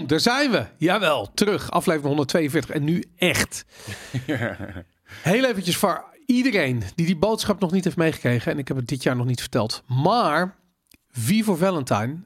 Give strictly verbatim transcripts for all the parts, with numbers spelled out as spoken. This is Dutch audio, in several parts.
Boom, daar zijn we. Jawel, terug. Aflevering honderdtweeënveertig. En nu echt. Heel eventjes voor iedereen die die boodschap nog niet heeft meegekregen. En ik heb het dit jaar nog niet verteld. Maar V voor Valentine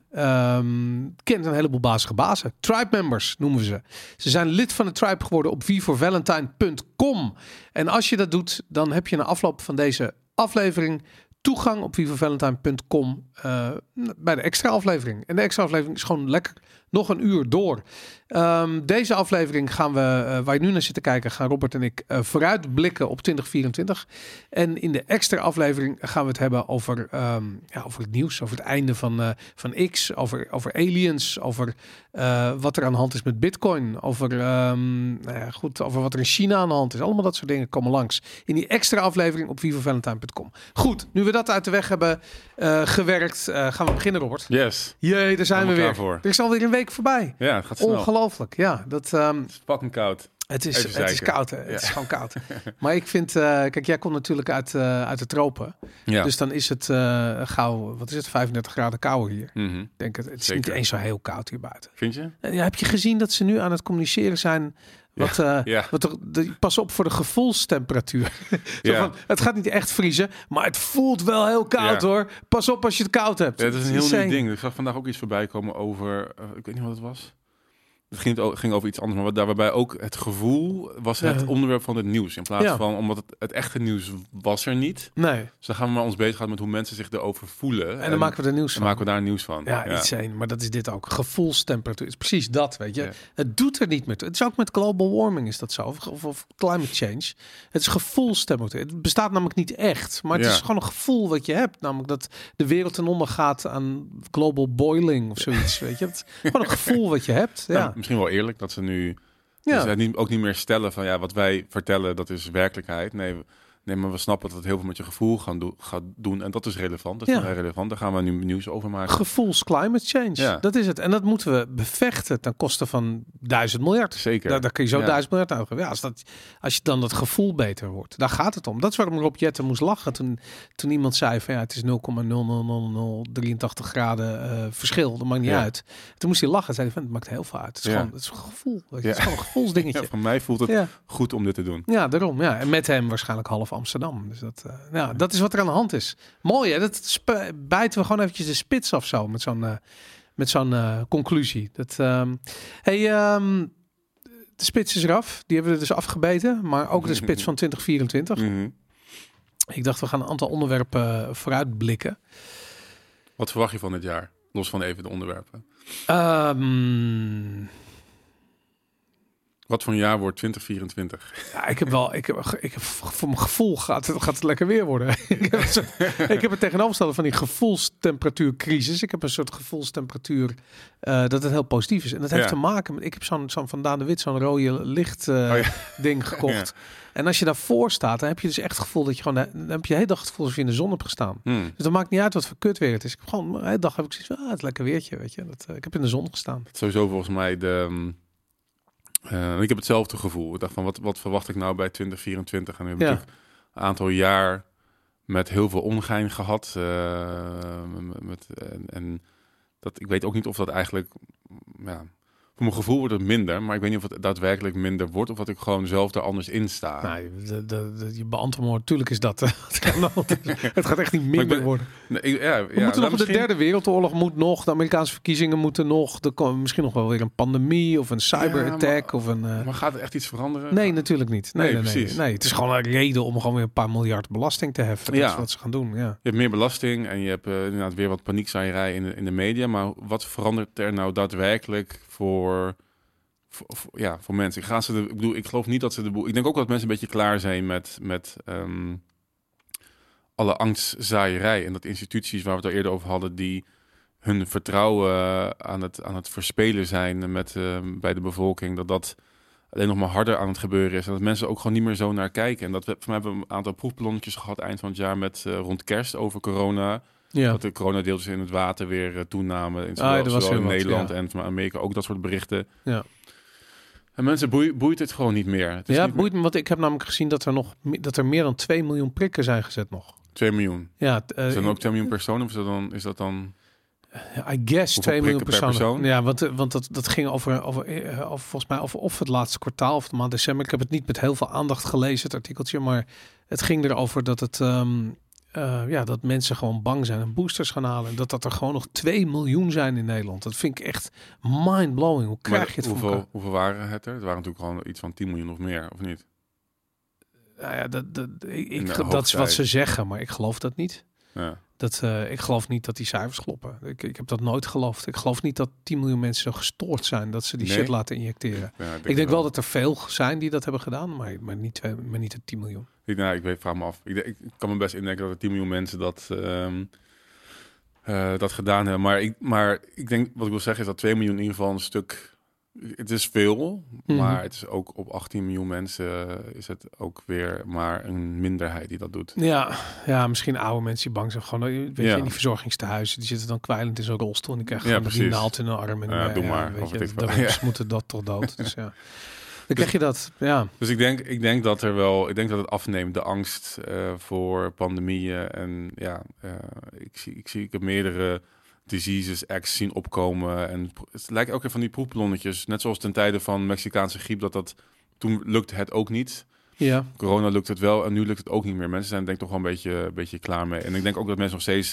um, kent een heleboel bazige bazen. Tribe members noemen we ze. Ze zijn lid van de Tribe geworden op v voor valentine punt com. En als je dat doet, dan heb je na afloop van deze aflevering toegang op v voor valentine punt com uh, bij de extra aflevering. En de extra aflevering is gewoon lekker nog een uur door. Um, deze aflevering gaan we, uh, waar je nu naar zit te kijken, gaan Robert en ik uh, vooruitblikken op twintig vierentwintig. En in de extra aflevering gaan we het hebben over, um, ja, over het nieuws, over het einde van, uh, van X, over, over aliens, over uh, wat er aan de hand is met Bitcoin, over, um, nou ja, goed, over wat er in China aan de hand is. Allemaal dat soort dingen komen langs in die extra aflevering op v voor valentine punt com. Goed, nu we dat uit de weg hebben uh, gewerkt, uh, gaan we beginnen, Robert. Yes. Jee, daar zijn we weer. Voor. Er is alweer een week voorbij. Ja, het gaat snel. Ongelooflijk, ja. Dat, um, het is fucking koud. Het is, het is koud, hè. Het ja. is gewoon koud. Maar ik vind, uh, kijk, jij komt natuurlijk uit, uh, uit de tropen. Ja. Dus dan is het uh, gauw, wat is het, vijfendertig graden kouder hier. Mm-hmm. Denk het, het is Zeker. niet eens zo heel koud hier buiten. Vind je? En, ja, heb je gezien dat ze nu aan het communiceren zijn? Wat, ja. Uh, ja. wat er, de, pas op voor de gevoelstemperatuur. Zo ja. van, het gaat niet echt vriezen, maar het voelt wel heel koud, ja. hoor. Pas op als je het koud hebt. Ja, dat is een het heel is nieuw ding. Ik zag vandaag ook iets voorbij komen over, uh, ik weet niet wat het was. Het ging, ging over iets anders, maar wat daar waarbij ook het gevoel was het ja. onderwerp van het nieuws. In plaats ja. van, omdat het, het echte nieuws was er niet. Nee. Dus dan gaan we maar ons bezighouden met hoe mensen zich erover voelen. En dan en, maken we er nieuws van. Dan maken we daar nieuws van. Ja, ja. iets heen. Maar dat is dit ook. Gevoelstemperatuur. Het is precies dat, weet je. Ja. Het doet er niet meer toe. Het is ook met global warming is dat zo. Of, of, of climate change. Het is gevoelstemperatuur. Het bestaat namelijk niet echt. Maar het ja. is gewoon een gevoel wat je hebt. Namelijk dat de wereld ten onder gaat aan global boiling of zoiets. Weet je. Het is gewoon een gevoel wat je hebt. Ja. Ja, misschien wel eerlijk dat ze nu ja. dus niet, ook niet meer stellen van ja, wat wij vertellen, dat is werkelijkheid. Nee, nee, maar we snappen dat het heel veel met je gevoel gaan do- gaat doen. En dat is relevant. Dat is ja. relevant. Daar gaan we nu nieuws over maken. Gevoels climate change. Ja. Dat is het. En dat moeten we bevechten ten koste van duizend miljard. Zeker. Daar, daar kun je zo ja. duizend miljard uitgeven. Ja, als, dat, als je dan dat gevoel beter wordt. Daar gaat het om. Dat is waarom Rob Jetten moest lachen toen, toen iemand zei van ja, het is nul komma nul nul nul nul drieëntachtig graden uh, verschil. Dat maakt niet ja. uit. Toen moest hij lachen. Zei hij van het maakt heel veel uit. Het is, ja. gewoon, het is een gevoel. Het ja. is gewoon een gevoelsdingetje. Ja, voor mij voelt het ja. goed om dit te doen. Ja, daarom. Ja. En met hem waarschijnlijk half Amsterdam. Dus dat, uh, ja, dat is wat er aan de hand is. Mooi hè. Dat sp- bijten we gewoon eventjes de spits af zo. Met zo'n, uh, met zo'n uh, conclusie. Dat, um, hey, um, de spits is eraf. Die hebben we dus afgebeten. Maar ook de spits van twintig vierentwintig. Mm-hmm. Ik dacht, we gaan een aantal onderwerpen vooruitblikken. Wat verwacht je van dit jaar? Los van even de onderwerpen. Um, Wat voor een jaar wordt twintig vierentwintig? Ja, ik heb wel, ik heb, ik heb voor mijn gevoel gaat het, gaat het lekker weer worden. ik, heb soort, ik heb het tegenovergestelde van die gevoelstemperatuurcrisis. Ik heb een soort gevoelstemperatuur uh, dat het heel positief is. En dat heeft ja. te maken met, ik heb zo'n, zo'n Van Daan de Wit, zo'n rode licht uh, oh ja. ding gekocht. Ja. En als je daarvoor staat, dan heb je dus echt het gevoel dat je gewoon, dan heb je de hele dag het gevoel alsof je in de zon hebt gestaan. Hmm. Dus dat maakt niet uit wat voor kut weer het is. Ik heb gewoon, de hele dag heb ik zoiets van, ah, het is lekker weertje, weet je. Dat, uh, ik heb in de zon gestaan. Sowieso volgens mij de... Uh, ik heb hetzelfde gevoel. Ik dacht van, wat, wat verwacht ik nou bij twintig vierentwintig? En we hebben ja. natuurlijk een aantal jaar met heel veel ongein gehad. Uh, met, en, en dat, ik weet ook niet of dat eigenlijk... Ja, voor mijn gevoel wordt het minder, maar ik weet niet of het daadwerkelijk minder wordt of dat ik gewoon zelf er anders in sta. Nee, de, de, de, je beantwoord, natuurlijk is dat. Het gaat echt niet minder ben, worden. Nee, ik, ja, We ja, moeten nog, misschien... de derde wereldoorlog moet nog, de Amerikaanse verkiezingen moeten nog, er komt misschien nog wel weer een pandemie of een cyberattack. Ja, of een. Uh... Maar gaat er echt iets veranderen? Nee, natuurlijk niet. Nee, nee, nee, nee, nee, nee. Het is gewoon een reden om gewoon weer een paar miljard belasting te heffen. Dat ja. is wat ze gaan doen. Ja. Je hebt meer belasting en je hebt uh, inderdaad weer wat paniekzaaierij in de, in de media. Maar wat verandert er nou daadwerkelijk voor... Voor, voor, ja, voor mensen. Ik, ga ze de, ik bedoel, ik geloof niet dat ze de boel... Ik denk ook dat mensen een beetje klaar zijn met, met um, alle angstzaaierij. En dat instituties waar we het al eerder over hadden, die hun vertrouwen aan het, aan het verspelen zijn met, uh, bij de bevolking, dat dat alleen nog maar harder aan het gebeuren is. En dat mensen ook gewoon niet meer zo naar kijken. En dat we, voor mij hebben we een aantal proefballonnetjes gehad eind van het jaar met uh, rond kerst over corona. Ja. Dat de coronadeeltjes in het water weer uh, toenamen. In zowel, ah, ja, zowel in wat, Nederland ja. en van Amerika. Ook dat soort berichten. Ja. En mensen boeit, boeit het gewoon niet meer. Het is ja, niet boeit meer... me, want ik heb namelijk gezien dat er nog dat er meer dan twee miljoen prikken zijn gezet nog. twee miljoen? Ja. T, uh, is dat dan ook twee miljoen personen of is dat dan... Is dat dan... I guess twee miljoen personen. Persoon? Ja, want, want dat, dat ging over, over, over volgens mij over of het laatste kwartaal of de maand december. Ik heb het niet met heel veel aandacht gelezen, het artikeltje, maar het ging erover dat het um, uh, ja, dat mensen gewoon bang zijn en boosters gaan halen. En dat dat er gewoon nog twee miljoen zijn in Nederland. Dat vind ik echt mind-blowing. Hoe krijg maar je het hoeveel, voor hoeveel waren het er? Het waren natuurlijk gewoon iets van tien miljoen of meer, of niet? Nou ja, dat, dat, ik, ik, dat is wat ze zeggen, maar ik geloof dat niet. Ja. Dat, uh, ik geloof niet dat die cijfers kloppen. Ik, ik heb dat nooit geloofd. Ik geloof niet dat tien miljoen mensen zo gestoord zijn dat ze die nee? shit laten injecteren. Ja, ik denk, ik denk wel. wel dat er veel zijn die dat hebben gedaan, maar, maar, niet, twee, maar niet de tien miljoen. Ik, nou, ik weet, vraag me af. Ik, ik kan me best indenken dat er tien miljoen mensen dat, um, uh, dat gedaan hebben. Maar ik, maar ik denk, wat ik wil zeggen is dat twee miljoen in ieder geval een stuk... Het is veel, mm-hmm. maar het is ook op achttien miljoen mensen is het ook weer maar een minderheid die dat doet. Ja, ja, misschien oude mensen die bang zijn. Gewoon, weet ja. je, in die verzorgingstehuizen, die zitten dan kwijlend in zo'n rolstoel en die krijgen ja, gewoon die naald in hun arm. En ja, uh, doe ja, maar. Weet je, ik dan ja. moeten dat toch dood. Dus ja, dan dus, krijg je dat. Ja. Dus ik denk, ik denk dat er wel, ik denk dat het afneemt, de angst uh, voor pandemieën en ja, uh, ik zie, ik zie, ik heb meerdere diseases acts zien opkomen en het lijkt ook weer van die proefballonnetjes, net zoals ten tijde van Mexicaanse griep, dat dat toen lukte het ook niet. Ja. Corona lukt het wel en nu lukt het ook niet meer. Mensen zijn denk ik toch wel een beetje, een beetje klaar mee. En ik denk ook dat mensen nog steeds,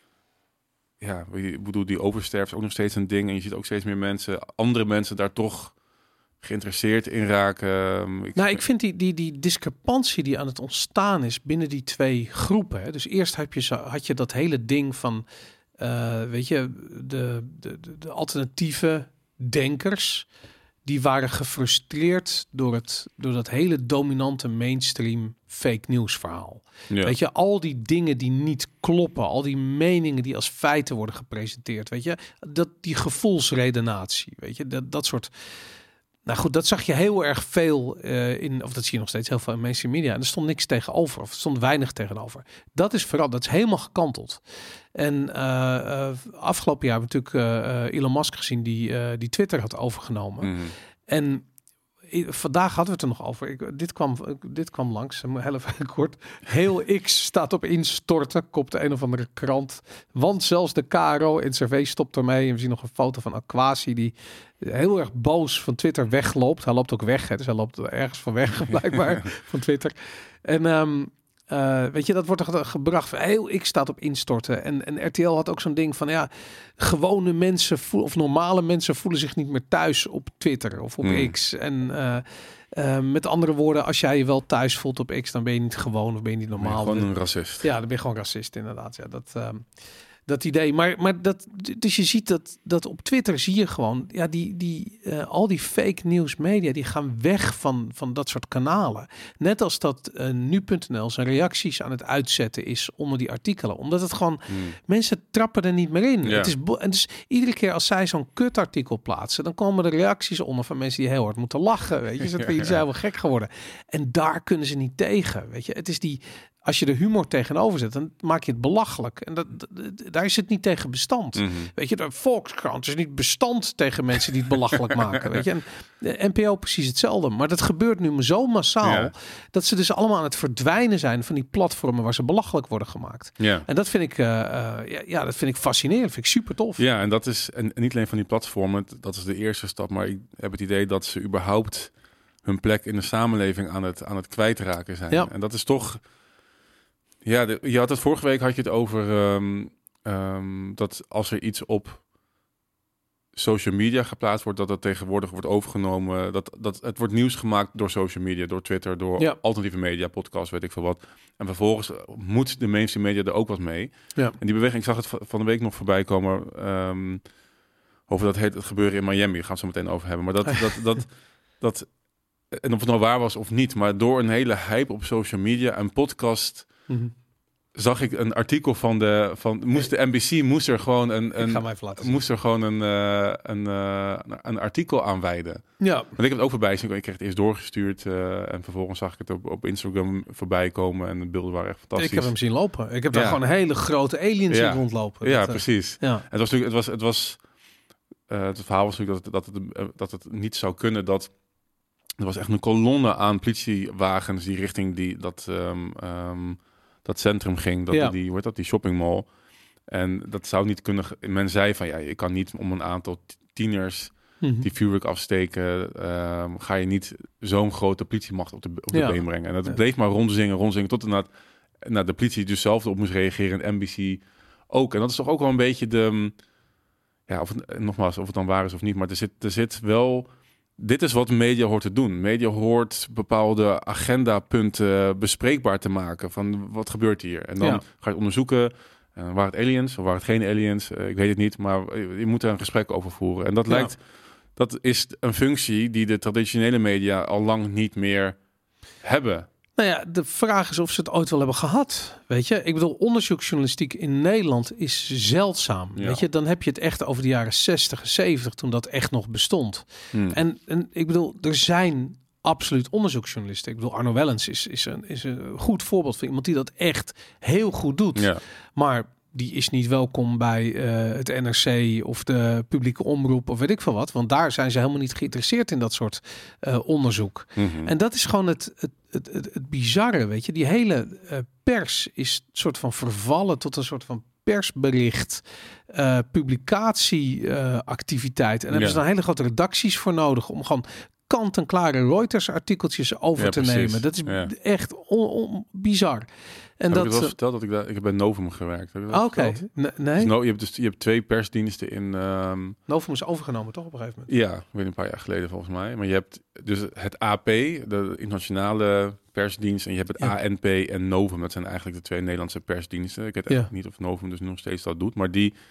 ja, ik bedoel, die oversterft is ook nog steeds een ding en je ziet ook steeds meer mensen, andere mensen daar toch geïnteresseerd in raken. Ik nou, ik vind die, die, die discrepantie die aan het ontstaan is binnen die twee groepen. Hè. Dus eerst heb je, had je dat hele ding van Uh, weet je, de, de, de alternatieve denkers, die waren gefrustreerd door, het, door dat hele dominante mainstream fake news verhaal. Ja. Weet je, al die dingen die niet kloppen, al die meningen die als feiten worden gepresenteerd, weet je, dat die gevoelsredenatie, weet je, dat, dat soort... Nou goed, dat zag je heel erg veel uh, in, of dat zie je nog steeds heel veel in mainstream media. En er stond niks tegenover, of er stond weinig tegenover. Dat is vooral, dat is helemaal gekanteld. En uh, uh, afgelopen jaar hebben we natuurlijk uh, Elon Musk gezien die, uh, die Twitter had overgenomen. Mm. En vandaag hadden we het er nog over. Ik, dit, kwam, dit kwam langs, heel even kort. Heel X staat op instorten, kopt een of andere krant. Want zelfs de K R O en N C R V stopt ermee. En we zien nog een foto van Aquasi die heel erg boos van Twitter wegloopt. Hij loopt ook weg, hè, dus hij loopt ergens van weg, blijkbaar, van Twitter. En um, uh, weet je, dat wordt er gebracht van heel X staat op instorten. En, en R T L had ook zo'n ding van, ja, gewone mensen voelen, of normale mensen voelen zich niet meer thuis op Twitter of op mm. X. En uh, uh, met andere woorden, als jij je wel thuis voelt op X, dan ben je niet gewoon of ben je niet normaal. Ben je gewoon een racist. Ja, dan ben je gewoon racist, inderdaad. Ja, dat... Um, Dat idee, maar, maar dat, dus je ziet dat, dat op Twitter zie je gewoon, ja, die, die, uh, al die fake news media, die gaan weg van, van dat soort kanalen. Net als dat uh, nu punt n l zijn reacties aan het uitzetten is onder die artikelen. Omdat het gewoon, hmm. mensen trappen er niet meer in. Ja. Het is bo- en dus iedere keer als zij zo'n kutartikel plaatsen, dan komen er reacties onder van mensen die heel hard moeten lachen. Weet je, ze zijn helemaal gek geworden. En daar kunnen ze niet tegen. Weet je, het is die... Als je de humor tegenover zet, dan maak je het belachelijk. En dat, dat, daar is het niet tegen bestand. Mm-hmm. Weet je, de Volkskrant is niet bestand tegen mensen die het belachelijk maken. Weet je, en de N P O precies hetzelfde. Maar dat gebeurt nu zo massaal, ja. dat ze dus allemaal aan het verdwijnen zijn van die platformen waar ze belachelijk worden gemaakt. Ja. En dat vind ik, uh, uh, ja, ja, dat vind ik fascinerend. Dat vind ik super tof. Ja, en dat is en niet alleen van die platformen. Dat is de eerste stap. Maar ik heb het idee dat ze überhaupt hun plek in de samenleving aan het, aan het kwijtraken zijn. Ja. En dat is toch... Ja, de, je had het vorige week had je het over um, um, dat als er iets op social media geplaatst wordt, dat dat tegenwoordig wordt overgenomen. Dat, dat het wordt nieuws gemaakt door social media, door Twitter, door ja. alternatieve media, podcasts, weet ik veel wat. En vervolgens moet de mainstream media er ook wat mee. Ja. En die beweging, ik zag het van de week nog voorbij komen um, over dat het gebeuren in Miami. Daar gaan we het zo meteen over hebben. Maar dat, dat, dat, dat, en of het nou waar was of niet, maar door een hele hype op social media, een podcast. Mm-hmm. Zag ik een artikel van de van moest de N B C moest er gewoon een, een moest er gewoon een uh, een, uh, een artikel aan wijden. Ja. Want ik heb het ook voorbij zien. Ik kreeg het eerst doorgestuurd uh, en vervolgens zag ik het op, op Instagram voorbij komen en de beelden waren echt fantastisch. Ik heb hem zien lopen. Ik heb daar ja. gewoon hele grote aliens ja. in rondlopen. Ja, dat, precies. Ja. Het was natuurlijk het was het was uh, het verhaal was natuurlijk dat het, dat het uh, dat het niet zou kunnen dat er was echt een kolonne aan politiewagens die richting die dat um, um, dat centrum ging, dat ja. die, hoe heet dat, die shoppingmall. En dat zou niet kunnen... Men zei van, ja, je kan niet om een aantal tieners Mm-hmm. die vuurwerk afsteken, uh, ga je niet zo'n grote politiemacht op de, op de Ja. been brengen. En dat Ja. bleef maar rondzingen, rondzingen, tot naar, naar de politie dus zelf op moest reageren en N B C ook. En dat is toch ook wel een beetje de... Ja, of het, nogmaals, of het dan waar is of niet, maar er zit, er zit wel... Dit is wat media hoort te doen. Media hoort bepaalde agendapunten bespreekbaar te maken. Van wat gebeurt hier? En dan Ja. ga je het onderzoeken. Uh, waren het aliens of waren het geen aliens? Uh, ik weet het niet, maar je moet er een gesprek over voeren. En dat Ja. lijkt... Dat is een functie die de traditionele media al lang niet meer hebben. Nou ja, de vraag is of ze het ooit wel hebben gehad. Weet je, ik bedoel, onderzoeksjournalistiek in Nederland is zeldzaam. Ja. Weet je, dan heb je het echt over de jaren zestig en zeventig, toen dat echt nog bestond. Hmm. En, en ik bedoel, er zijn absoluut onderzoeksjournalisten. Ik bedoel, Arno Wellens is, is, een, is een goed voorbeeld van iemand die dat echt heel goed doet. Ja. Maar die is niet welkom bij uh, het N R C of de publieke omroep of weet ik veel wat. Want daar zijn ze helemaal niet geïnteresseerd in dat soort uh, onderzoek. Mm-hmm. En dat is gewoon het, het, het, het, het bizarre, weet je. Die hele uh, pers is een soort van vervallen tot een soort van persbericht, uh, publicatieactiviteit. Uh, en daar hebben Ja. ze dan hele grote redacties voor nodig om gewoon kant-en-klare Reuters-artikeltjes over Ja, te precies. nemen. Dat is Ja. echt on, on, bizar. En Heb dat, ik het wel eens verteld dat ik daar... Ik heb bij Novum gewerkt. Heb ik dat Oké, verteld? nee. Dus no, je hebt dus je hebt twee persdiensten in... Um, Novum is overgenomen, toch, op een gegeven moment? ja, ik weet een paar jaar geleden volgens mij. Maar je hebt dus het A P, de internationale persdienst, en je hebt het Ja. A N P en Novum. Dat zijn eigenlijk de twee Nederlandse persdiensten. Ik weet Ja. eigenlijk niet of Novum dus nog steeds dat doet, maar die...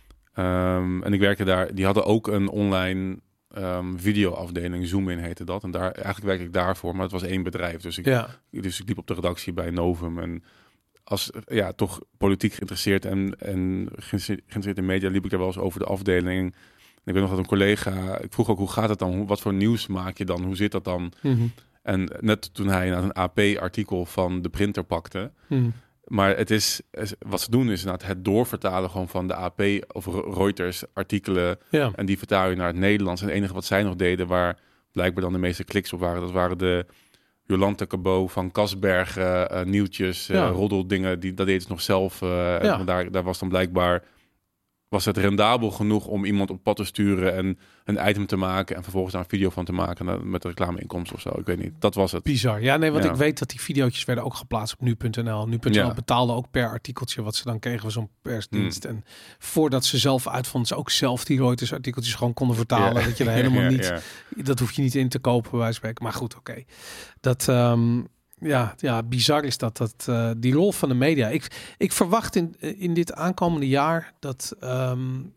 Um, en ik werkte daar... Die hadden ook een online... Um, videoafdeling, Zoom-in heette dat. En daar eigenlijk werkte ik daarvoor, maar het was één bedrijf. Dus ik, Ja. dus ik liep op de redactie bij Novum. En als ja, toch politiek geïnteresseerd en, en geïnteresseerd in media, liep ik er wel eens over de afdeling. En ik weet nog dat een collega, ik vroeg ook, hoe gaat het dan? Hoe, wat voor nieuws maak je dan? Hoe zit dat dan? Mm-hmm. En net toen hij een A P-artikel van de printer pakte. Mm-hmm. Maar het is, wat ze doen is inderdaad het doorvertalen gewoon van de A P of Reuters artikelen. Ja. En die vertalen je naar het Nederlands. En het enige wat zij nog deden, waar blijkbaar dan de meeste kliks op waren, dat waren de Jolante Cabot van Kasbergen, uh, nieuwtjes, uh, Ja. roddeldingen. Die, dat deed ze nog zelf. Uh, Ja. en daar, daar was dan blijkbaar... was het rendabel genoeg om iemand op pad te sturen en een item te maken en vervolgens daar een video van te maken met reclameinkomsten of zo. Ik weet niet. Dat was het. Bizar. Ja, nee, want Ja. ik weet dat die video's werden ook geplaatst op nu punt n l. nu punt n l Ja. betaalde ook per artikeltje wat ze dan kregen van zo'n persdienst. En voordat ze zelf uitvonden, ze ook zelf die Reuters artikeltjes gewoon konden vertalen. Ja. Dat je er helemaal Ja, niet, ja. dat hoef je niet in te kopen bij wijze van spreken. Maar goed, oké. Okay. Dat, um, ja, ja, bizar is dat, dat uh, die rol van de media. Ik, ik verwacht in, in dit aankomende jaar dat... Um,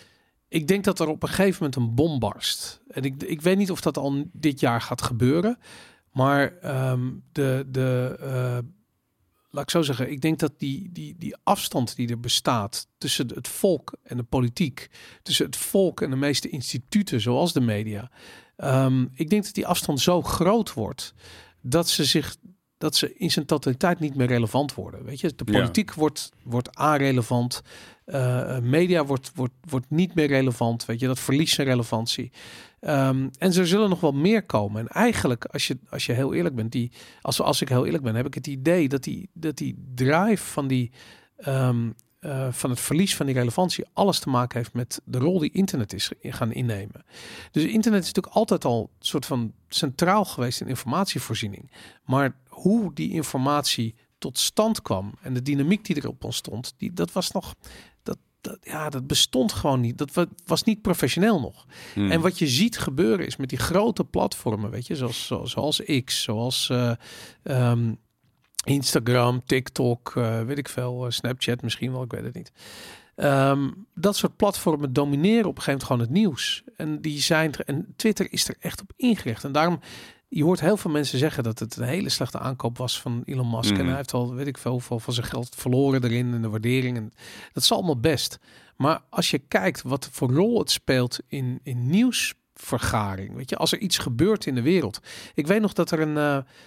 ik denk dat er op een gegeven moment een bom barst. En ik, ik weet niet of dat al dit jaar gaat gebeuren. Maar um, de, de uh, laat ik zo zeggen, ik denk dat die, die, die afstand die er bestaat tussen het volk en de politiek, tussen het volk en de meeste instituten, zoals de media. Um, ik denk dat die afstand zo groot wordt dat ze zich dat ze in zijn totaliteit niet meer relevant worden. Weet je, de politiek ja. wordt, wordt arelevant. Uh, media wordt, wordt, wordt niet meer relevant. Weet je, dat verliest zijn relevantie. Um, en er zullen nog wel meer komen. En eigenlijk, als je, als je heel eerlijk bent, die, als, als ik heel eerlijk ben, heb ik het idee dat die, dat die drive van die um, uh, van het verlies van die relevantie alles te maken heeft met de rol die internet is gaan innemen. Dus internet is natuurlijk altijd al een soort van centraal geweest in informatievoorziening. Maar hoe die informatie tot stand kwam en de dynamiek die erop ontstond, die, dat was nog, dat, dat, ja, dat bestond gewoon niet. Dat was niet professioneel nog. Hmm. En wat je ziet gebeuren is met die grote platformen, weet je, zoals, zoals, zoals X, zoals uh, um, Instagram, TikTok, uh, weet ik veel, uh, Snapchat misschien wel, ik weet het niet. Um, dat soort platformen domineren op een gegeven moment gewoon het nieuws. En die zijn er, en Twitter is er echt op ingericht. En daarom, je hoort heel veel mensen zeggen dat het een hele slechte aankoop was van Elon Musk. Mm. En hij heeft al, weet ik veel, hoeveel van zijn geld verloren erin en de waardering. En dat is allemaal best. Maar als je kijkt wat voor rol het speelt in, in nieuwsvergaring, weet je, als er iets gebeurt in de wereld. Ik weet nog dat er een... Uh,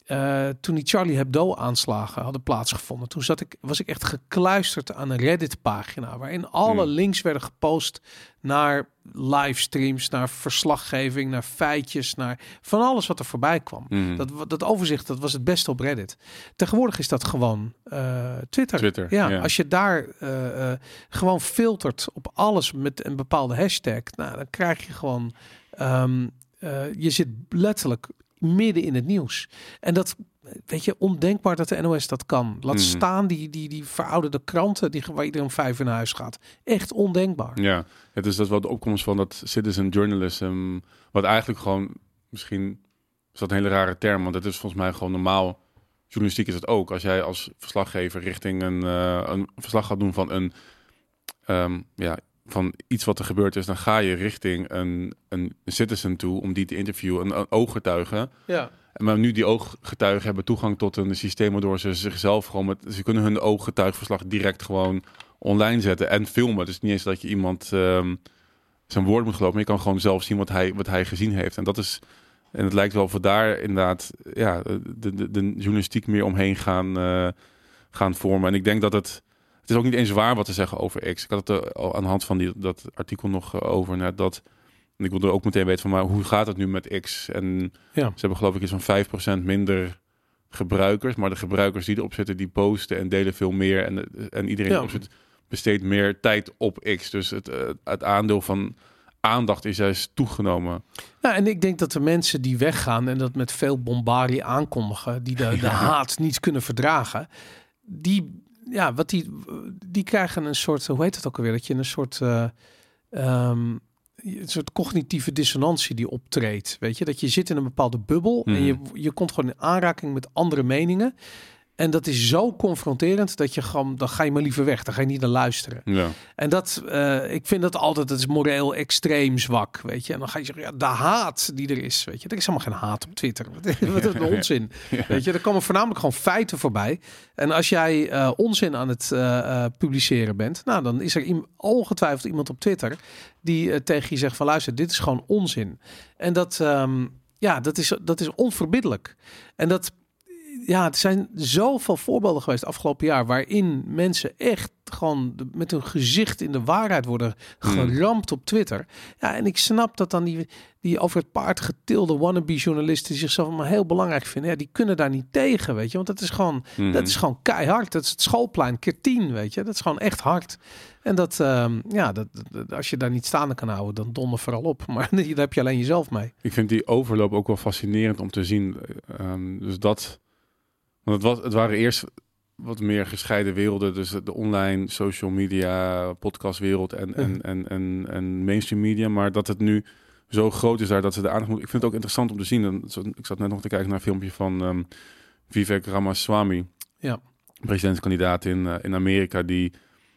Uh, toen die Charlie Hebdo-aanslagen hadden plaatsgevonden, toen zat ik, was ik echt gekluisterd aan een Reddit-pagina waarin alle hmm. links werden gepost naar livestreams, naar verslaggeving, naar feitjes, naar van alles wat er voorbij kwam. Hmm. Dat, dat overzicht, dat was het beste op Reddit. Tegenwoordig is dat gewoon uh, Twitter. Twitter. Ja, ja, als je daar uh, uh, gewoon filtert op alles met een bepaalde hashtag, nou, dan krijg je gewoon, um, uh, je zit letterlijk midden in het nieuws. En dat, weet je, ondenkbaar dat de N O S dat kan. Laat mm. staan die, die, die verouderde kranten die, waar iedereen om vijf uur naar huis gaat. Echt ondenkbaar. Ja, het is dat wat de opkomst van dat citizen journalism, wat eigenlijk gewoon, misschien is dat een hele rare term, want dat is volgens mij gewoon normaal. Journalistiek is het ook. Als jij als verslaggever richting een, uh, een verslag gaat doen van een, um, ja, van iets wat er gebeurd is, dan ga je richting een, een citizen toe om die te interviewen, een, een ooggetuige. Ja. Maar nu die ooggetuigen hebben toegang tot een systeem waardoor ze zichzelf gewoon met, ze kunnen hun ooggetuigverslag direct gewoon online zetten en filmen. Dus niet eens dat je iemand um, zijn woord moet geloven, maar je kan gewoon zelf zien wat hij, wat hij gezien heeft. En dat is, en het lijkt wel voor daar inderdaad, ja, de, de, de journalistiek meer omheen gaan, uh, gaan vormen. En ik denk dat het Het is ook niet eens waar wat te zeggen over X. Ik had het er aan de hand van die, dat artikel nog over. Net dat, en ik wilde ook meteen weten van, maar hoe gaat het nu met X? En ja. ze hebben geloof ik iets van vijf procent minder gebruikers. Maar de gebruikers die erop zitten, die posten en delen veel meer. En, en iedereen ja. erop zit, besteedt meer tijd op X. Dus het, het aandeel van aandacht is juist toegenomen. Ja, en ik denk dat de mensen die weggaan en dat met veel bombardie aankondigen, die de, de ja. haat niet kunnen verdragen, die... Ja, wat die, die krijgen een soort, hoe heet het ook alweer? Dat je een soort, uh, um, een soort cognitieve dissonantie die optreedt. Weet je, dat je zit in een bepaalde bubbel hmm. en je, je komt gewoon in aanraking met andere meningen. En dat is zo confronterend dat je gewoon, dan ga je maar liever weg. Dan ga je niet naar luisteren. Ja. En dat, uh, ik vind dat altijd, dat is moreel extreem zwak, weet je. En dan ga je zeggen, ja, de haat die er is, weet je. Er is helemaal geen haat op Twitter. Wat is een onzin, ja. weet je. Er komen voornamelijk gewoon feiten voorbij. En als jij uh, onzin aan het uh, uh, publiceren bent, nou, dan is er iem- ongetwijfeld iemand op Twitter die uh, tegen je zegt van, luister, dit is gewoon onzin. En dat, um, ja, dat is, dat is onverbiddelijk. En dat Ja, er zijn zoveel voorbeelden geweest afgelopen jaar waarin mensen echt gewoon de, met hun gezicht in de waarheid worden geramd op Twitter. Ja, en ik snap dat dan die, die over het paard getilde wannabe-journalisten die zichzelf maar heel belangrijk vinden. Ja, die kunnen daar niet tegen, weet je. Want dat is gewoon, mm-hmm. dat is gewoon keihard. Dat is het schoolplein keer tien, weet je. Dat is gewoon echt hard. En dat, um, ja, dat, dat, als je daar niet staande kan houden, dan donder vooral op. Maar daar heb je alleen jezelf mee. Ik vind die overloop ook wel fascinerend om te zien. Um, dus dat... Want het, was, het waren eerst wat meer gescheiden werelden. Dus de online, social media, podcastwereld en, en, en, en, en mainstream media. Maar dat het nu zo groot is daar dat ze de aandacht moeten. Ik vind het ook interessant om te zien. En ik zat net nog te kijken naar een filmpje van um, Vivek Ramaswamy. Ja. Presidentskandidaat in, uh, in Amerika die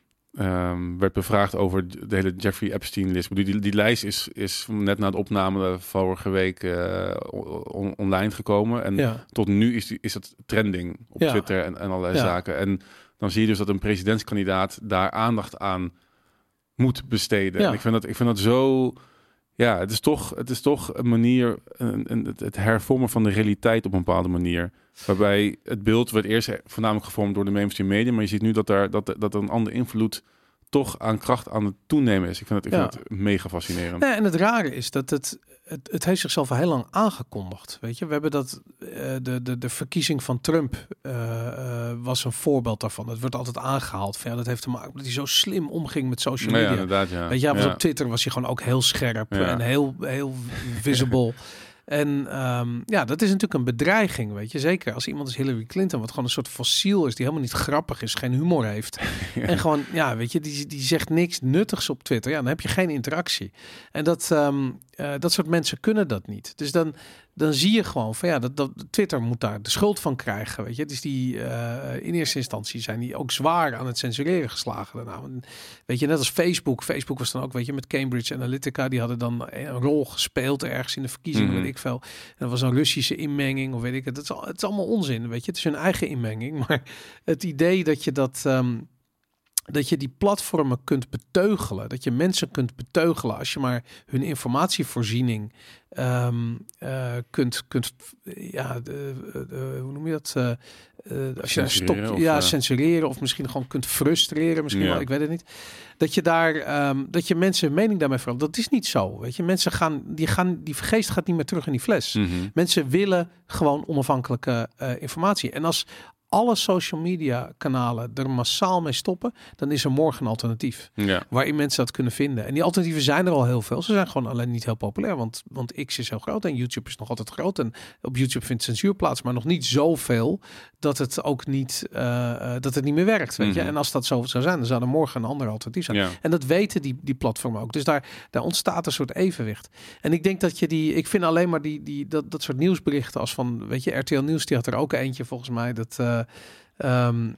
um, werd bevraagd over de hele Jeffrey Epstein-list. Die, die, die lijst is, is net na de opname vorige week uh, on, online gekomen. En ja. tot nu is, die, is het trending op ja. Twitter en, en allerlei ja. zaken. En dan zie je dus dat een presidentskandidaat daar aandacht aan moet besteden. Ja. En ik vind dat, ik vind dat zo... Ja, het is toch, het is toch een manier, een, een, het hervormen van de realiteit op een bepaalde manier. Waarbij het beeld werd eerst voornamelijk gevormd door de mainstream media, maar je ziet nu dat er, dat, dat er een andere invloed toch aan kracht aan het toenemen is. Ik vind het, ik vind ja. het mega fascinerend. Ja, en het rare is dat het, het, het heeft zichzelf al heel lang aangekondigd. Weet je, we hebben dat, uh, de, de, de verkiezing van Trump uh, uh, was een voorbeeld daarvan. Het wordt altijd aangehaald. Van, ja, dat heeft te maken met hij zo slim omging met social media. Ja, inderdaad, ja. Weet je, hij was ja. op Twitter was hij gewoon ook heel scherp ja. en heel, heel visible. En um, ja, dat is natuurlijk een bedreiging, weet je. Zeker als iemand als Hillary Clinton, wat gewoon een soort fossiel is, die helemaal niet grappig is, geen humor heeft. Ja. En gewoon, ja, weet je, die, die zegt niks nuttigs op Twitter. Ja, dan heb je geen interactie. En dat, um, uh, dat soort mensen kunnen dat niet. Dus dan, dan zie je gewoon van, ja, dat, dat Twitter moet daar de schuld van krijgen, weet je. Dus die, uh, in eerste instantie zijn die ook zwaar aan het censureren geslagen daarna. Weet je, net als Facebook. Facebook was dan ook, weet je, met Cambridge Analytica, die hadden dan een rol gespeeld ergens in de verkiezingen, mm-hmm. weet ik veel. En dat was een Russische inmenging, of weet ik het. Het is, al, het is allemaal onzin, weet je. Het is hun eigen inmenging, maar het idee dat je dat... Um, dat je die platformen kunt beteugelen. Dat je mensen kunt beteugelen als je maar hun informatievoorziening um, uh, kunt, kunt, ja, de, de, hoe noem je dat? Uh, uh, als je stopt, of, ja, uh... censureren of misschien gewoon kunt frustreren, misschien ja. wel, ik weet het niet. Dat je daar, um, dat je mensen hun mening daarmee verandert. Dat is niet zo, weet je. Mensen gaan, die gaan, die geest gaat niet meer terug in die fles. Mm-hmm. Mensen willen gewoon onafhankelijke uh, informatie. En als alle social media kanalen er massaal mee stoppen, dan is er morgen een alternatief. Ja. Waarin mensen dat kunnen vinden. En die alternatieven zijn er al heel veel. Ze zijn gewoon alleen niet heel populair. Want, want X is heel groot en YouTube is nog altijd groot. En op YouTube vindt censuur plaats, maar nog niet zoveel dat het ook niet, uh, dat het niet meer werkt. Weet Mm-hmm. je? En als dat zo zou zijn, dan zou er morgen een ander alternatief zijn. Ja. En dat weten die, die platformen ook. Dus daar, daar ontstaat een soort evenwicht. En ik denk dat je die, ik vind alleen maar die, die, dat, dat soort nieuwsberichten als van, weet je, R T L Nieuws, die had er ook eentje volgens mij, dat uh, um,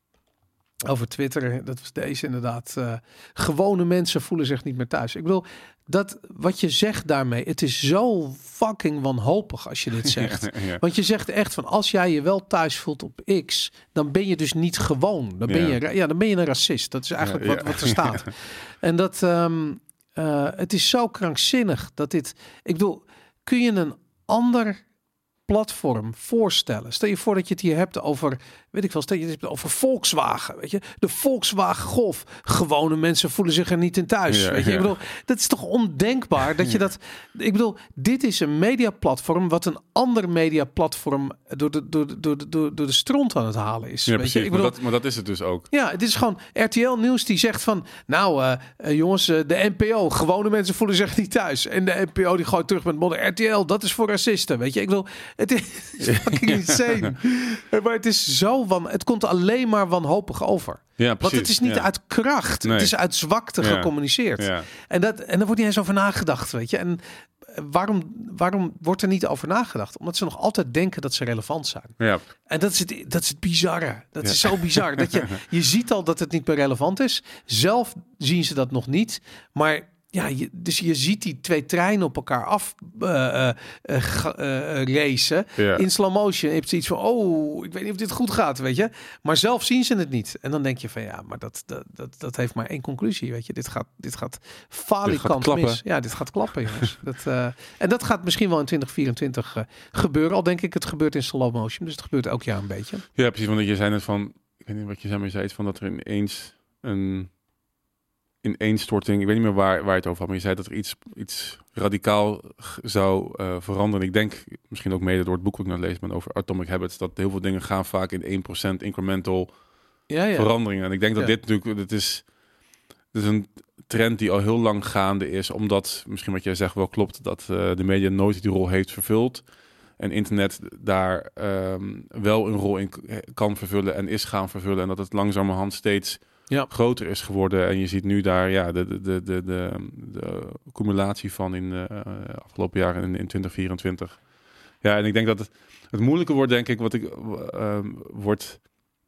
over Twitter, dat was deze inderdaad. Uh, gewone mensen voelen zich niet meer thuis. Ik bedoel, dat wat je zegt daarmee, het is zo fucking wanhopig als je dit zegt. ja. Want je zegt echt van, als jij je wel thuis voelt op X, dan ben je dus niet gewoon. Dan ben, ja. je, ja, dan ben je een racist. Dat is eigenlijk ja, wat, ja. wat er staat. En dat, um, uh, het is zo krankzinnig dat dit, ik bedoel, kun je een ander platform voorstellen? Stel je voor dat je het hier hebt over, weet ik wel, stel je het hebt over Volkswagen, weet je, de Volkswagen Golf. Gewone mensen voelen zich er niet in thuis. Ja, weet je, ja. ik bedoel, dat is toch ondenkbaar dat je dat. Ik bedoel, dit is een mediaplatform wat een ander mediaplatform door de door de door de door, door de stront aan het halen is. Ja, weet precies. je? Ik bedoel, maar, dat, maar dat is het dus ook. ja, het is gewoon R T L Nieuws die zegt van, nou uh, uh, jongens, uh, de N P O, gewone mensen voelen zich niet thuis. En de N P O die gooit terug met modder. R T L, dat is voor racisten, weet je. Ik bedoel, het is fucking insane. Maar het is zo van, het komt alleen maar wanhopig over. Ja, precies. Want het is niet ja. uit kracht, Nee. het is uit zwakte Ja. gecommuniceerd. Ja. En, dat, en daar wordt niet eens over nagedacht, weet je. En waarom, waarom wordt er niet over nagedacht? Omdat ze nog altijd denken dat ze relevant zijn. Ja. En dat is het, dat is het bizarre. Dat Ja. is zo bizar. Dat je, je ziet al dat het niet meer relevant is. Zelf zien ze dat nog niet. Maar ja, je, dus je ziet die twee treinen op elkaar af uh, uh, uh, uh, racen. Ja. In slow motion. Je hebt zoiets van, oh, ik weet niet of dit goed gaat, weet je. Maar zelf zien ze het niet. En dan denk je van, ja, maar dat, dat, dat, dat heeft maar één conclusie, weet je. Dit gaat, dit gaat falikant mis. Ja, dit gaat klappen, jongens. Dat, uh, en dat gaat misschien wel in twintig vierentwintig uh, gebeuren. Al denk ik, het gebeurt in slow motion. Dus het gebeurt elk jaar een beetje. Ja, precies. Want je zei net van, ik weet niet wat je zei, maar je zei iets van dat er ineens een ineenstorting, ik weet niet meer waar, waar je het over had, maar je zei dat er iets, iets radicaal zou uh, veranderen. Ik denk, misschien ook mede door het boek dat ik nou lees ben over Atomic Habits, dat heel veel dingen gaan vaak in één procent incremental ja, ja. veranderingen. En ik denk dat ja. dit natuurlijk, dit is, dit is een trend die al heel lang gaande is, omdat, misschien wat jij zegt wel klopt, dat uh, de media nooit die rol heeft vervuld. En internet daar um, wel een rol in kan vervullen en is gaan vervullen. En dat het langzamerhand steeds ja. groter is geworden. En je ziet nu daar ja, de, de, de, de, de, de accumulatie van in de uh, afgelopen jaren in, in twintig vierentwintig. Ja, en ik denk dat het, het moeilijke wordt, denk ik, wat ik uh, wordt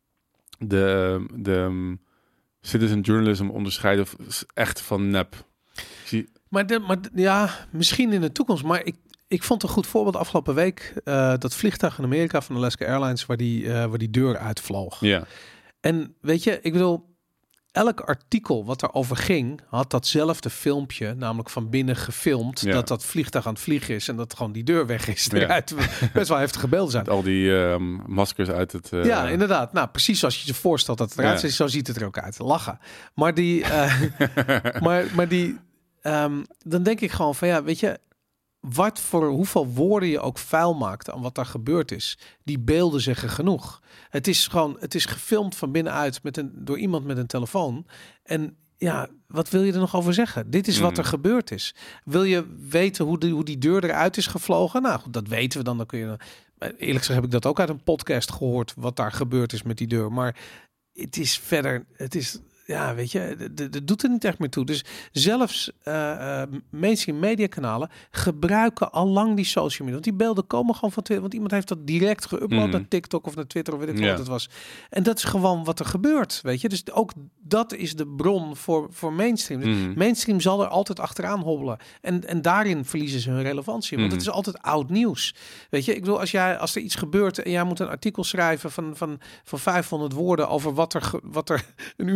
de, de um, citizen journalism onderscheiden echt van nep. Zie... Maar, de, maar ja, misschien in de toekomst, maar ik Ik vond een goed voorbeeld afgelopen week. Uh, dat vliegtuig in Amerika van Alaska Airlines waar die, uh, waar die deur uitvloog. Ja. En weet je, ik bedoel, elk artikel wat erover ging, had datzelfde filmpje, namelijk van binnen gefilmd, ja. dat dat vliegtuig aan het vliegen is en dat gewoon die deur weg is. Ja. Best wel heftige beelden zijn. Met al die um, maskers uit het... Uh... Ja, inderdaad. Nou, precies zoals je je voorstelt dat het eruit ja. is, zo ziet het er ook uit. Lachen. Maar die, uh, maar, maar die, um, dan denk ik gewoon van ja, weet je, wat voor hoeveel woorden je ook vuil maakt aan wat daar gebeurd is. Die beelden zeggen genoeg. Het is gewoon, het is gefilmd van binnenuit met een, door iemand met een telefoon. En ja, wat wil je er nog over zeggen? Dit is mm. wat er gebeurd is. Wil je weten hoe, de, hoe die deur eruit is gevlogen? Nou goed, dat weten we dan. Dan kun je dan, eerlijk gezegd heb ik dat ook uit een podcast gehoord, wat daar gebeurd is met die deur. Maar het is verder, het is... Ja, weet je, dat doet er niet echt meer toe. Dus zelfs uh, uh, mainstream mediakanalen gebruiken al lang die social media. Want die beelden komen gewoon van Twitter. Want iemand heeft dat direct geüpload mm. naar TikTok of naar Twitter of weet ik ja. wat het was. En dat is gewoon wat er gebeurt, weet je. Dus ook dat is de bron voor, voor mainstream. Dus mm. mainstream zal er altijd achteraan hobbelen. En, en daarin verliezen ze hun relevantie. Want mm. het is altijd oud nieuws. Weet je, ik bedoel, als, jij, als er iets gebeurt en jij moet een artikel schrijven van, van, van vijfhonderd woorden over wat er, wat er een uur geleden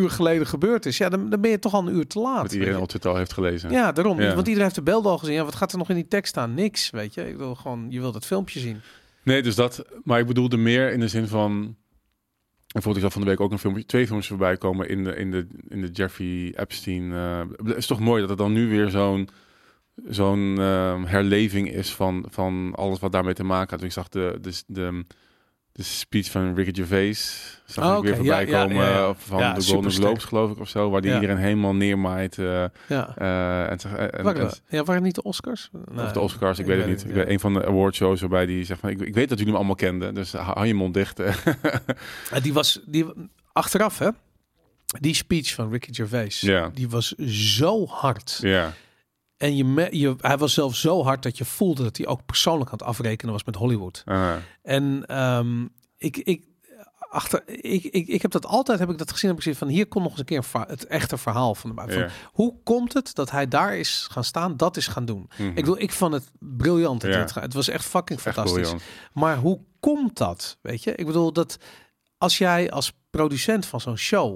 eerder gebeurd is, ja, dan, dan ben je toch al een uur te laat. Dat iedereen al Twitter al heeft gelezen. Ja, daarom. Ja. Want iedereen heeft de beelden al gezien. Ja, wat gaat er nog in die tekst staan? Niks, weet je. Ik wil gewoon, je wilt het filmpje zien. Nee, dus dat... Maar ik bedoelde meer in de zin van... En vond ik dat van de week ook een filmpje, twee films voorbij komen in de, in de, in de Jeffrey Epstein. Uh, het is toch mooi dat het dan nu weer zo'n zo'n uh, herleving is van, van alles wat daarmee te maken had. Dus ik zag de, de, de, de speech van Ricky Gervais zag oh, ik okay. weer voorbij ja, komen ja, ja, ja. van ja, de Golden Globes, geloof ik, of zo, waar die ja. iedereen helemaal neermaait. Uh, ja. Uh, en, en, Waar, en, ja, waren het niet de Oscars? Nee, of de Oscars, ik, ik weet het niet. Ik weet een van de awardshows waarbij die zegt van, ik, ik weet dat jullie hem allemaal kenden, dus hou je mond dicht. die was, die, achteraf hè, die speech van Ricky Gervais, ja. die was zo hard. Ja. En je, je, hij was zelf zo hard dat je voelde dat hij ook persoonlijk aan het afrekenen was met Hollywood. Uh-huh. En um, ik, ik, achter, ik, ik, ik heb dat altijd, heb ik dat gezien, heb ik gezien van hier komt nog eens een keer een va- het echte verhaal van de buiten. Yeah. Hoe komt het dat hij daar is gaan staan, dat is gaan doen? Mm-hmm. Ik wil, ik vond het briljant. Yeah. Het, het was echt fucking echt fantastisch. Briljant. Maar hoe komt dat? Weet je, ik bedoel dat als jij als producent van zo'n show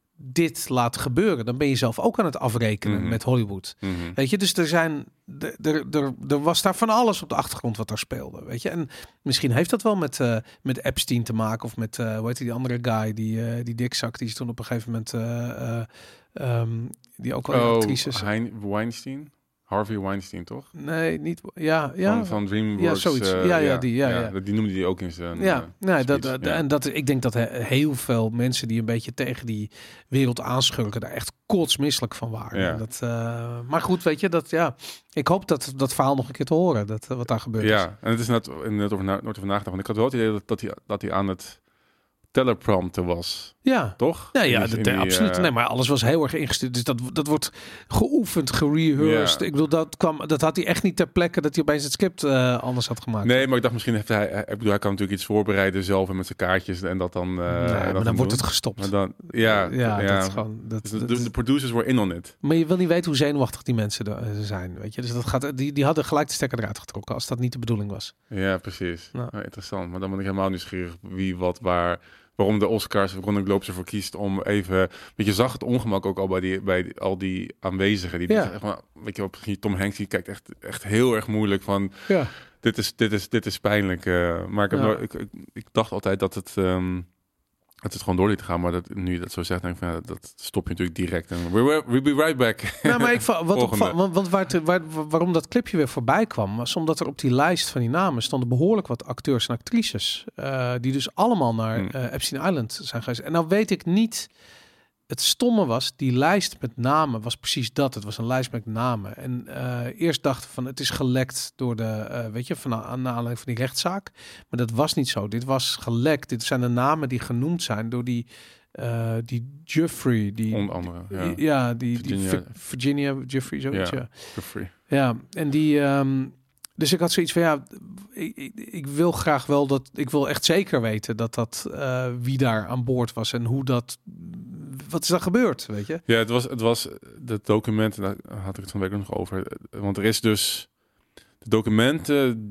dit laat gebeuren, dan ben je zelf ook aan het afrekenen mm-hmm. met Hollywood. Mm-hmm. Weet je, dus er zijn, er, er, er was daar van alles op de achtergrond wat daar speelde. Weet je, en misschien heeft dat wel met, uh, met Epstein te maken of met, uh, hoe heet die andere guy, die, uh, die dikzak, die is toen op een gegeven moment, uh, uh, um, die ook wel oh, actrices. Hein Weinstein? Harvey Weinstein, toch? Nee, niet. Ja, ja. Van, van DreamWorks. Ja, zoiets. Uh, ja, ja, ja, die, ja, ja. ja. Die noemde die ook in zijn. Ja, uh, nee, dat, dat, ja. en dat ik denk dat heel veel mensen die een beetje tegen die wereld aanschurken, daar echt kotsmisselijk van waren. Ja. En dat, uh, maar goed, weet je, dat ja. Ik hoop dat dat verhaal nog een keer te horen, dat wat daar gebeurt. Ja, is. en het is net, net over, na, over nagedacht. Want ik had wel het idee dat, dat, hij, dat hij aan het teleprompter was. Ja. Toch? Nee, ja, die, dat, die, absoluut. Uh... Nee, maar alles was heel erg ingestuurd. Dus dat, dat wordt geoefend, gerehearsed. Ja. Ik bedoel, dat kwam, dat had hij echt niet ter plekke dat hij opeens het script uh, anders had gemaakt. Nee, maar ik dacht misschien heeft hij, ik bedoel, hij kan natuurlijk iets voorbereiden zelf en met zijn kaartjes en dat dan. Uh, nee, dat maar dan, dan wordt doen. het gestopt. Maar dan, ja, ja, ja, dat is gewoon. Dat, dus dat, de, de producers were in on it. Maar je wil niet weten hoe zenuwachtig die mensen er zijn, weet je. Dus dat gaat. Die, die hadden gelijk de stekker eruit getrokken als dat niet de bedoeling was. Ja, precies. Nou. Nou, interessant. Maar dan ben ik helemaal nieuwsgierig wie, wat, waar. Waarom de Oscars of Golden Globes ervoor kiest om even... Want je zag het ongemak ook al bij, die, bij die, al die aanwezigen. Die, ja. echt maar, weet je, op Tom Hanks, die kijkt echt, echt heel erg moeilijk van... Ja. Dit is, dit is, dit is pijnlijk. Uh, maar ik, heb ja. nooit, ik, ik, ik dacht altijd dat het... Um, het is gewoon door liet gaan, maar dat, nu je dat zo zegt, denk ik van, ja, dat stop je natuurlijk direct. En we'll, we'll be right back. Nou, maar ik wat op, want, want waar het, waar, waarom dat clipje weer voorbij kwam, was omdat er op die lijst van die namen stonden behoorlijk wat acteurs en actrices, uh, die dus allemaal naar hmm. uh, Epstein Island zijn geweest. En nou weet ik niet. Het stomme was, die lijst met namen was precies dat. Het was een lijst met namen. En uh, eerst dachten van, het is gelekt door de, uh, weet je, van aan aanleiding van die rechtszaak. Maar dat was niet zo. Dit was gelekt. Dit zijn de namen die genoemd zijn door die, uh, die Jeffrey. Die, Onder andere, ja. Die, ja, die Virginia, die Virginia Jeffrey, zoiets, ja. ja. Jeffrey. Ja, en die... Um, dus ik had zoiets van, ja, ik, ik, ik wil graag wel dat... Ik wil echt zeker weten dat dat... Uh, wie daar aan boord was en hoe dat... Wat is er gebeurd, weet je? Ja, het was, het was het document, daar had ik het van de week nog over. Want er is dus de documenten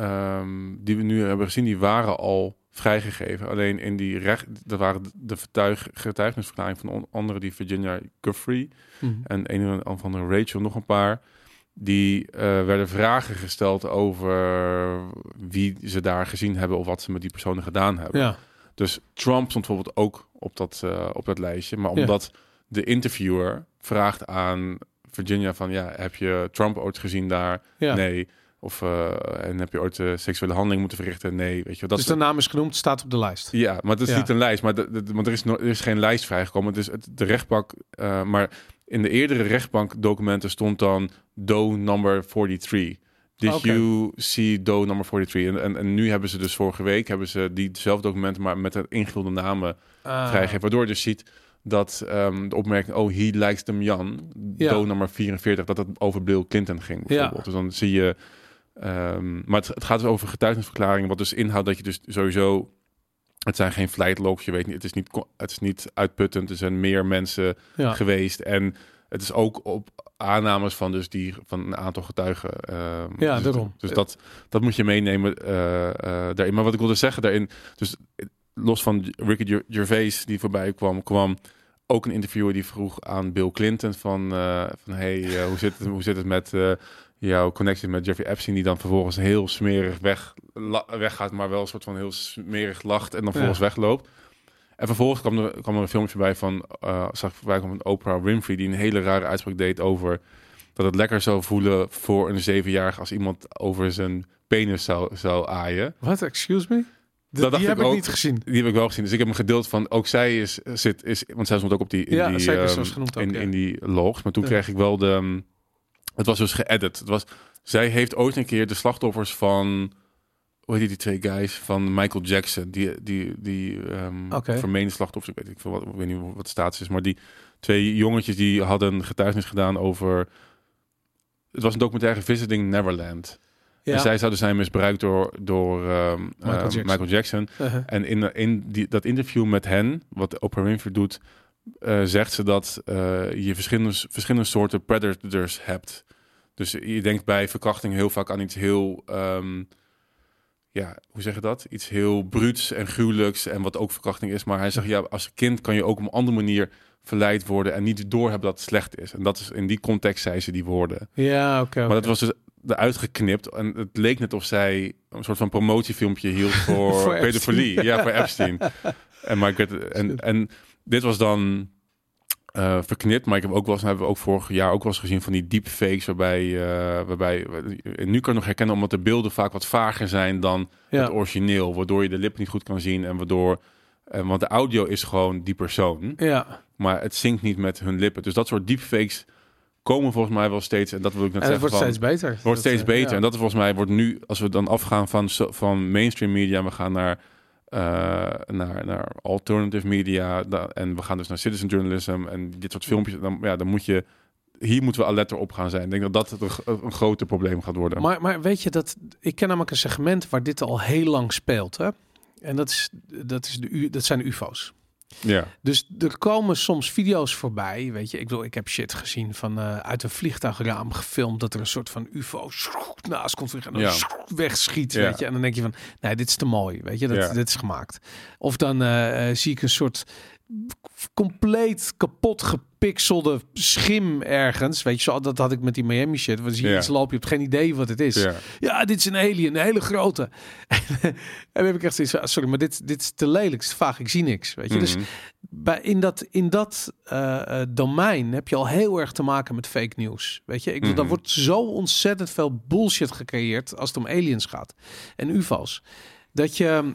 um, die we nu hebben gezien, die waren al vrijgegeven. Alleen in die recht, dat waren de vertuig, getuigenisverklaring van on, andere die Virginia Giuffre mm-hmm. en een of andere Rachel, nog een paar. Die uh, werden vragen gesteld over wie ze daar gezien hebben of wat ze met die personen gedaan hebben. Ja. Dus Trump stond bijvoorbeeld ook op dat, uh, op dat lijstje. Maar omdat ja. de interviewer vraagt aan Virginia van... ja, heb je Trump ooit gezien daar? Ja. Nee. Of uh, en heb je ooit uh, seksuele handeling moeten verrichten? Nee. Weet je, dat dus de naam is genoemd, staat op de lijst? Ja, maar het is ja. niet een lijst. Maar, de, de, maar er, is no, er is geen lijst vrijgekomen. Dus het, de rechtbank... Uh, maar in de eerdere rechtbankdocumenten stond dan Doe number forty-three. Did okay. you see Doe number forty-three? En, en, en nu hebben ze dus vorige week hebben ze diezelfde documenten, maar met de ingevulde namen ah. vrijgegeven. Waardoor je dus ziet dat um, de opmerking, oh, he likes them young, ja. Doe nummer vierenveertig, dat het over Bill Clinton ging bijvoorbeeld. Ja. Dus dan zie je... Um, maar het, het gaat dus over getuigenisverklaringen, wat dus inhoudt dat je dus sowieso... Het zijn geen flight logs, je weet niet, het is niet, het is niet uitputtend. Er zijn meer mensen ja. geweest en het is ook op aannames van dus die van een aantal getuigen. Uh, ja, dus daarom. Dus dat, dat moet je meenemen uh, uh, daarin. Maar wat ik wilde zeggen daarin, dus los van Ricky Gervais die voorbij kwam, kwam ook een interviewer die vroeg aan Bill Clinton van, uh, van hey, uh, hoe, zit het, hoe zit het met uh, jouw connectie met Jeffrey Epstein, die dan vervolgens heel smerig weg, la, weggaat, maar wel een soort van heel smerig lacht en dan vervolgens ja. wegloopt. En vervolgens kwam er, kwam er een filmpje bij van, uh, zag ik voorbij van Oprah Winfrey, die een hele rare uitspraak deed over dat het lekker zou voelen voor een zevenjarige als iemand over zijn penis zou, zou aaien. Wat? Excuse me? De, dat die heb ik, ik ook, niet gezien. Die heb ik wel gezien. Dus ik heb hem gedeeld van, ook zij is, zit, is want zij stond ook op die, in ja, die, zeker, um, zoals genoemd ook, in, ja. in die logs. Maar toen ja. kreeg ik wel de, um, het was dus geëdit. Het was, zij heeft ooit een keer de slachtoffers van, hoe heet die twee guys, van Michael Jackson, die, die, die um, okay. vermeende slachtoffers, ik weet, ik, veel wat, ik weet niet wat de status is, maar die twee jongetjes die hadden getuigenis gedaan over, het was een documentaire Visiting Neverland. Ja. En zij zouden zijn misbruikt door, door um, Michael, uh, Jackson. Michael Jackson. Uh-huh. En in, in die, dat interview met hen, wat Oprah Winfrey doet, uh, zegt ze dat uh, je verschillende, verschillende soorten predators hebt. Dus je denkt bij verkrachting heel vaak aan iets heel, um, ja, hoe zeg je dat? Iets heel bruuts en gruwelijks en wat ook verkrachting is. Maar hij zegt, ja, als kind kan je ook op een andere manier verleid worden en niet doorhebben dat het slecht is. En dat is in die context zei ze die woorden. Ja, oké. Okay, maar okay. dat was dus eruit geknipt en het leek net of zij een soort van promotiefilmpje hield voor, voor pedofilie. Ja, voor Epstein. en, maar ik werd, en, en dit was dan uh, verknipt, maar ik heb ook wel eens, hebben we ook vorig jaar ook wel eens gezien van die deepfakes waarbij, uh, waarbij uh, nu kan ik nog herkennen omdat de beelden vaak wat vager zijn dan ja. het origineel, waardoor je de lippen niet goed kan zien en waardoor, uh, want de audio is gewoon die persoon, ja. maar het zinkt niet met hun lippen. Dus dat soort deepfakes komen volgens mij wel steeds, en dat wil ik net en zeggen. Het wordt van, steeds beter. wordt steeds dat, beter. Ja. En dat is volgens mij wordt nu, als we dan afgaan van, van mainstream media, we gaan naar, uh, naar, naar alternative media, da, en we gaan dus naar citizen journalism en dit soort filmpjes, dan, ja, dan moet je, hier moeten we alerter op gaan zijn. Ik denk dat dat het een, een groter probleem gaat worden. Maar, maar weet je, dat ik ken namelijk een segment waar dit al heel lang speelt, hè? En dat, is, dat, is de, dat zijn de U F O's. Ja. Dus er komen soms video's voorbij, weet je. Ik bedoel, ik heb shit gezien van uh, uit een vliegtuigraam gefilmd dat er een soort van U F O naast komt en dan ja. wegschiet, ja. weet je. En dan denk je van, nee, dit is te mooi, weet je. Dat, ja. Dit is gemaakt. Of dan uh, zie ik een soort compleet kapot gepixelde schim ergens, weet je, zo, dat had ik met die Miami shit. Want zie je ja. iets lopen, je hebt geen idee wat het is. Ja, ja dit is een alien, een hele grote. En dan heb ik echt zoiets, sorry, maar dit, dit is te lelijk, het is vaag, ik zie niks, weet je. Mm-hmm. Dus bij, in dat, in dat uh, domein heb je al heel erg te maken met fake news, weet je. Ik bedoel, mm-hmm. daar wordt zo ontzettend veel bullshit gecreëerd als het om aliens gaat en U F O's, dat je,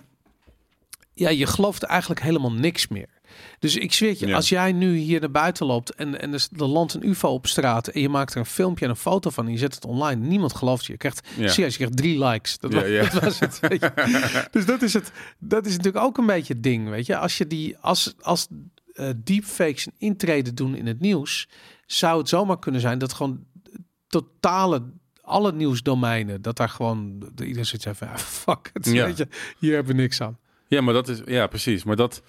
ja, je gelooft eigenlijk helemaal niks meer. Dus ik zweer je, ja. als jij nu hier naar buiten loopt en, en er landt een U F O op straat en je maakt er een filmpje en een foto van en je zet het online, niemand gelooft je. Je krijgt, ja. serieus, je krijgt drie likes. Dat, ja, was, ja. dat was het. Weet je. Dus dat is het. Dat is natuurlijk ook een beetje het ding, weet je. Als je die, als, als uh, deepfakes een intrede doen in het nieuws, zou het zomaar kunnen zijn dat gewoon totale alle nieuwsdomeinen, dat daar gewoon de, iedereen zit van, ja, fuck het, ja. weet je, hier hebben we niks aan. Ja, maar dat is, ja, precies. Maar dat,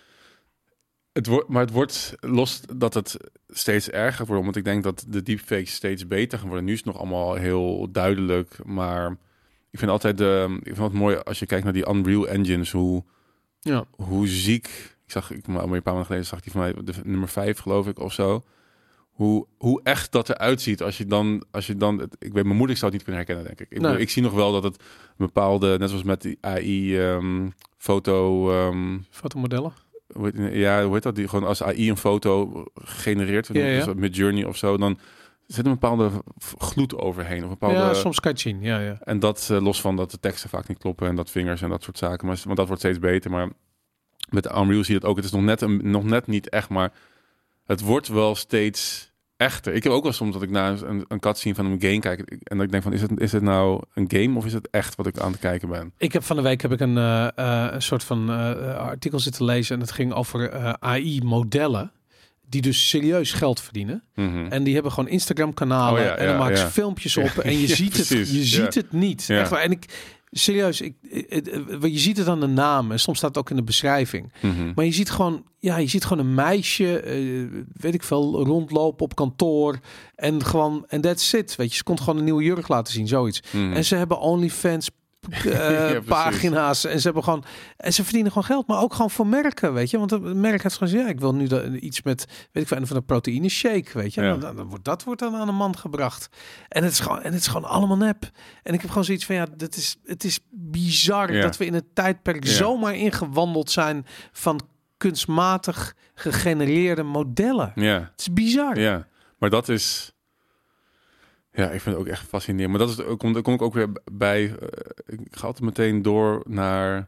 het wordt, maar het wordt los dat het steeds erger wordt, want ik denk dat de deepfakes steeds beter gaan worden. Nu is het nog allemaal heel duidelijk, maar ik vind altijd de, ik vind het mooi als je kijkt naar die Unreal Engines, hoe, ja. hoe ziek. Ik zag, ik maar een paar maanden geleden zag die van mij de nummer vijf, geloof ik, of zo. Hoe, hoe echt dat eruit ziet als je dan, als je dan, ik weet, mijn moeder zou het niet kunnen herkennen, denk ik. Ik, nee. ik zie nog wel dat het bepaalde, net zoals met die A I um, foto, um, fotomodellen. Ja, hoe heet dat? Die gewoon als A I een foto genereert, ja, ja. Dus met Journey of zo, dan zit een bepaalde gloed overheen. Of een bepaalde, ja, soms kan je het zien. Ja, ja. En dat uh, los van dat de teksten vaak niet kloppen en dat vingers en dat soort zaken. Maar, maar dat wordt steeds beter. Maar met Unreal zie je het ook. Het is nog net, een, nog net niet echt, maar het wordt wel steeds echter. Ik heb ook wel soms dat ik naar een, een cutscene van een game kijk en dat ik denk van, is het, is het nou een game of is het echt wat ik aan het kijken ben? Ik heb van de week heb ik een, uh, uh, een soort van uh, artikel zitten lezen en het ging over uh, A I-modellen die dus serieus geld verdienen. Mm-hmm. En die hebben gewoon Instagram-kanalen oh, ja, en dan ja, maken ze ja. filmpjes op en je ja, ziet precies. het, je ziet ja. het niet. Ja. Echt waar. En ik serieus, ik, je ziet het aan de naam en soms staat het ook in de beschrijving. Mm-hmm. Maar je ziet gewoon, ja, je ziet gewoon een meisje, uh, weet ik veel, rondlopen op kantoor en gewoon, en that's it, weet je. Ze kon gewoon een nieuwe jurk laten zien, zoiets. Mm-hmm. En ze hebben OnlyFans uh, ja, pagina's. En ze hebben gewoon en ze verdienen gewoon geld, maar ook gewoon voor merken, weet je. Want het merk heeft gewoon gezegd, ja, ik wil nu de, iets met, weet ik veel, van een proteïne shake, weet je. Ja. Dan, dan wordt dat wordt dan aan een man gebracht. En het is gewoon en het is gewoon allemaal nep. En ik heb gewoon zoiets van, ja, dat is het is bizar ja. dat we in een tijdperk ja. zomaar ingewandeld zijn van kunstmatig gegenereerde modellen. Ja. Het is bizar. Ja, maar dat is... Ja, ik vind het ook echt fascinerend. Maar dat is, komt, daar kom ik ook weer bij... Uh, ik ga altijd meteen door naar...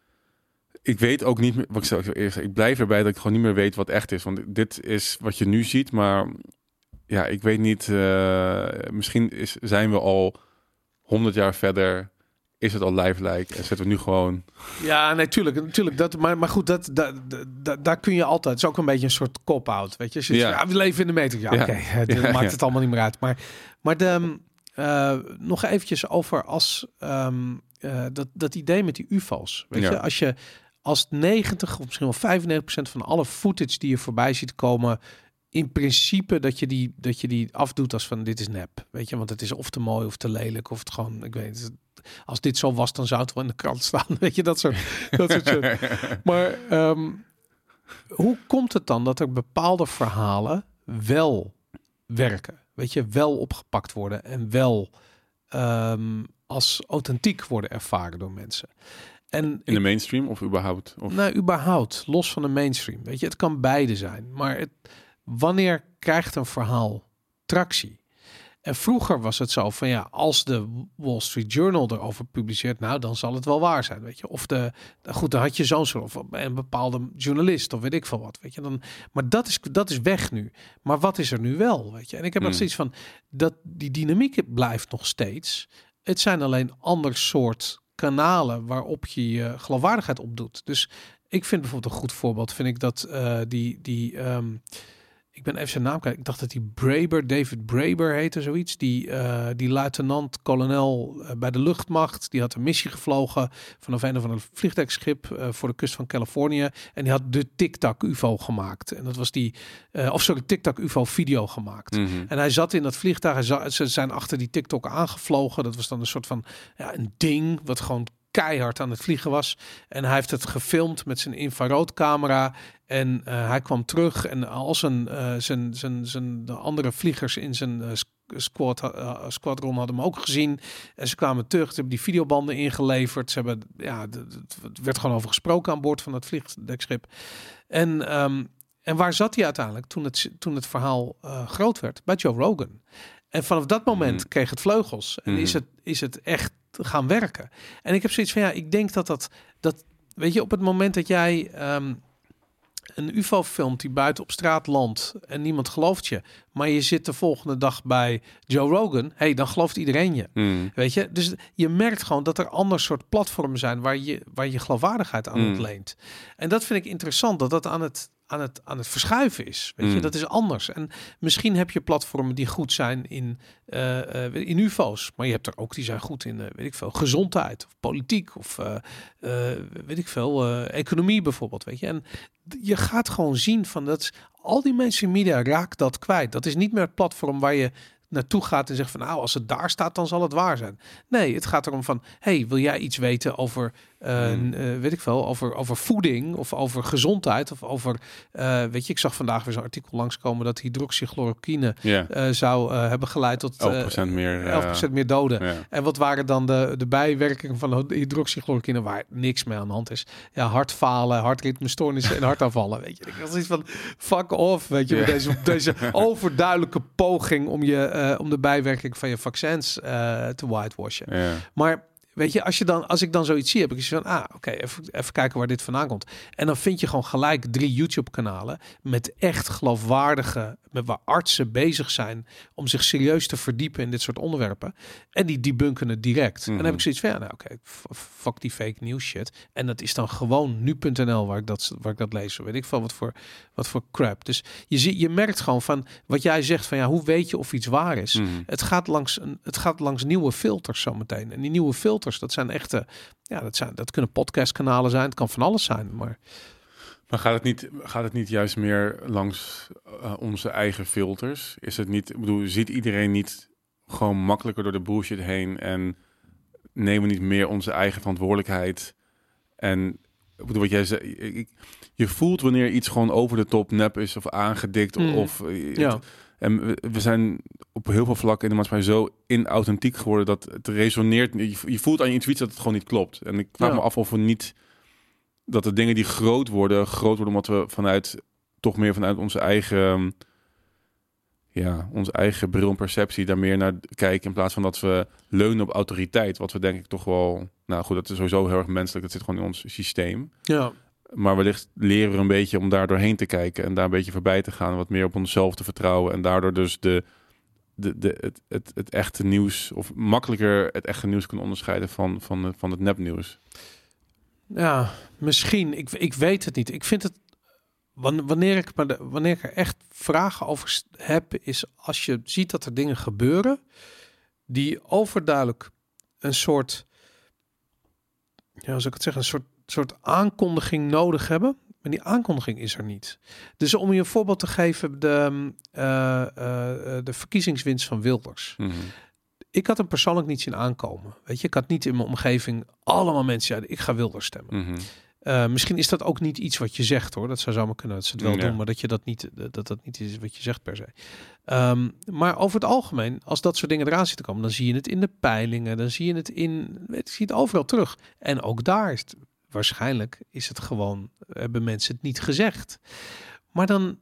Ik weet ook niet meer... Wat ik zou eerst zeggen, ik blijf erbij dat ik gewoon niet meer weet wat echt is. Want dit is wat je nu ziet, maar... Ja, ik weet niet... Uh, misschien is, zijn we al honderd jaar verder... Is het al lijfelijk en zetten we nu gewoon... Ja, natuurlijk, natuurlijk. Dat, maar, maar goed, dat, dat, dat, daar kun je altijd... Het is ook een beetje een soort cop-out, weet je. Als je ja. Zegt, ja, we leven in de matrix. Ja, ja. oké, okay, dat ja, maakt ja. het allemaal niet meer uit. Maar, maar de, uh, nog eventjes over als... Um, uh, dat, dat idee met die U F O's, weet ja. je. Als je als negentig of misschien wel vijfennegentig procent van alle footage die je voorbij ziet komen... in principe dat je die dat je die afdoet als van dit is nep, weet je, want het is of te mooi of te lelijk of het gewoon, ik weet het, als dit zo was dan zou het wel in de krant staan, weet je, dat soort dat soort shit. Maar um, hoe komt het dan dat er bepaalde verhalen wel werken, weet je, wel opgepakt worden en wel um, als authentiek worden ervaren door mensen? En in de ik, mainstream of überhaupt? Of? Nou, überhaupt, los van de mainstream, weet je, het kan beide zijn, maar het wanneer krijgt een verhaal tractie? En vroeger was het zo van ja, als de Wall Street Journal erover publiceert, nou dan zal het wel waar zijn, weet je. Of de, goed, dan had je zo'n soort of een bepaalde journalist of weet ik veel wat, weet je. Dan, maar dat is dat is weg nu. Maar wat is er nu wel, weet je? En ik heb mm. nog steeds van dat die dynamiek blijft nog steeds. Het zijn alleen ander soort kanalen waarop je je geloofwaardigheid opdoet. Dus ik vind bijvoorbeeld een goed voorbeeld, vind ik dat uh, die die um, ik ben even zijn naam kwijt. Ik dacht dat die Braber, David Braber heette zoiets. Die, uh, die luitenant-kolonel uh, bij de luchtmacht. Die had een missie gevlogen vanaf een of ander vliegtuigschip uh, voor de kust van Californië. En die had de Tic-Tac U F O gemaakt. En dat was die, uh, of sorry, Tic-Tac U F O video gemaakt. Mm-hmm. En hij zat in dat vliegtuig. Hij za- ze zijn achter die Tic-Tac aangevlogen. Dat was dan een soort van ja, een ding wat gewoon keihard aan het vliegen was. En hij heeft het gefilmd met zijn infraroodcamera. En uh, hij kwam terug en al zijn, uh, zijn, zijn, zijn de andere vliegers in zijn uh, squad, uh, squadron hadden hem ook gezien. En ze kwamen terug, ze hebben die videobanden ingeleverd. Ze hebben, ja, het werd gewoon over gesproken aan boord van het vliegdekschip. En, um, en waar zat hij uiteindelijk toen het, toen het verhaal uh, groot werd? Bij Joe Rogan. En vanaf dat moment mm. kreeg het vleugels. En mm. is, het, is het echt gaan werken. En ik heb zoiets van, ja, ik denk dat dat, dat weet je, op het moment dat jij um, een U F O filmt die buiten op straat landt en niemand gelooft je, maar je zit de volgende dag bij Joe Rogan, hey, dan gelooft iedereen je. Mm. Weet je? Dus je merkt gewoon dat er ander soort platformen zijn waar je, waar je geloofwaardigheid aan mm. ontleent. En dat vind ik interessant, dat dat aan het aan het, aan het verschuiven is. Weet mm. je, dat is anders. En misschien heb je platformen die goed zijn in, uh, uh, in U F O's. Maar je hebt er ook die zijn goed in, uh, weet ik veel, gezondheid of politiek of uh, uh, weet ik veel, uh, economie bijvoorbeeld. Weet je, en je gaat gewoon zien van dat al die mainstream media raakt dat kwijt. Dat is niet meer het platform waar je naartoe gaat en zegt van nou, als het daar staat, dan zal het waar zijn. Nee, het gaat erom van, hey, wil jij iets weten over, uh, mm. uh, weet ik veel, over, over voeding of over gezondheid of over, uh, weet je, ik zag vandaag weer zo'n artikel langskomen dat hydroxychloroquine yeah. uh, zou uh, hebben geleid tot uh, elf procent meer, elf procent meer doden. Yeah. En wat waren dan de, de bijwerkingen van de hydroxychloroquine waar niks mee aan de hand is? Ja, hartfalen, hartritmestoornissen en hartaanvallen, weet je. Ik was iets van, fuck off, weet je, yeah. met deze, deze overduidelijke poging om je Uh, om de bijwerking van je vaccins uh, te whitewashen. Ja. Maar weet je, als je dan, als ik dan zoiets zie, heb ik zoiets van, ah, oké, okay, even, even kijken waar dit vandaan komt. En dan vind je gewoon gelijk drie YouTube-kanalen met echt geloofwaardige, met waar artsen bezig zijn om zich serieus te verdiepen in dit soort onderwerpen. En die debunken het direct. Mm-hmm. En dan heb ik zoiets van, ja, nou, oké, okay, fuck die fake news shit. En dat is dan gewoon nu punt n l waar ik dat, waar ik dat lees. Weet ik van wat voor, wat voor crap. Dus je ziet, je merkt gewoon van wat jij zegt van, ja, hoe weet je of iets waar is? Mm-hmm. Het gaat langs een, het gaat langs nieuwe filters zometeen. En die nieuwe filters, dat zijn echte, ja, dat zijn, dat kunnen podcastkanalen zijn. Het kan van alles zijn, maar. Maar gaat het niet, gaat het niet juist meer langs uh, onze eigen filters? Is het niet, ik bedoel, ziet iedereen niet gewoon makkelijker door de bullshit heen en nemen we niet meer onze eigen verantwoordelijkheid? En ik bedoel, wat jij zei, ik, je voelt wanneer iets gewoon over de top nep is of aangedikt. Mm. Of, ja. het, en we, we zijn op heel veel vlakken in de maatschappij zo inauthentiek geworden dat het resoneert. Je, je voelt aan je intuïtie dat het gewoon niet klopt. En ik vraag ja. me af of we niet, dat de dingen die groot worden, groot worden omdat we vanuit, toch meer vanuit onze eigen, ja, onze eigen bril en perceptie daar meer naar kijken in plaats van dat we leunen op autoriteit. Wat we denk ik toch wel, nou goed, dat is sowieso heel erg menselijk. Dat zit gewoon in ons systeem. Ja. Maar wellicht leren we een beetje om daar doorheen te kijken en daar een beetje voorbij te gaan, wat meer op onszelf te vertrouwen en daardoor dus de, de, de, het, het, het echte nieuws, of makkelijker het echte nieuws kunnen onderscheiden van, van, van het nepnieuws. Ja, misschien. Ik, ik weet het niet. Ik vind het, wanneer ik, maar de, wanneer ik er echt vragen over heb, is als je ziet dat er dingen gebeuren die overduidelijk een soort, ja, hoe zou ik het zeggen, een soort soort aankondiging nodig hebben. Maar die aankondiging is er niet. Dus om je een voorbeeld te geven, de, uh, uh, de verkiezingswinst van Wilders. Mm-hmm. Ik had hem persoonlijk niet zien aankomen. Weet je, ik had niet in mijn omgeving allemaal mensen, ja, ik ga Wilders stemmen. Mm-hmm. Uh, misschien is dat ook niet iets wat je zegt, hoor. Dat zou zomaar kunnen dat ze het wel ja. doen, maar dat je dat niet, dat dat niet is wat je zegt per se. Um, maar over het algemeen, als dat soort dingen eraan zitten komen, dan zie je het in de peilingen, dan zie je het in, weet, zie je het overal terug. En ook daar is het, waarschijnlijk is het gewoon, hebben mensen het niet gezegd. Maar dan,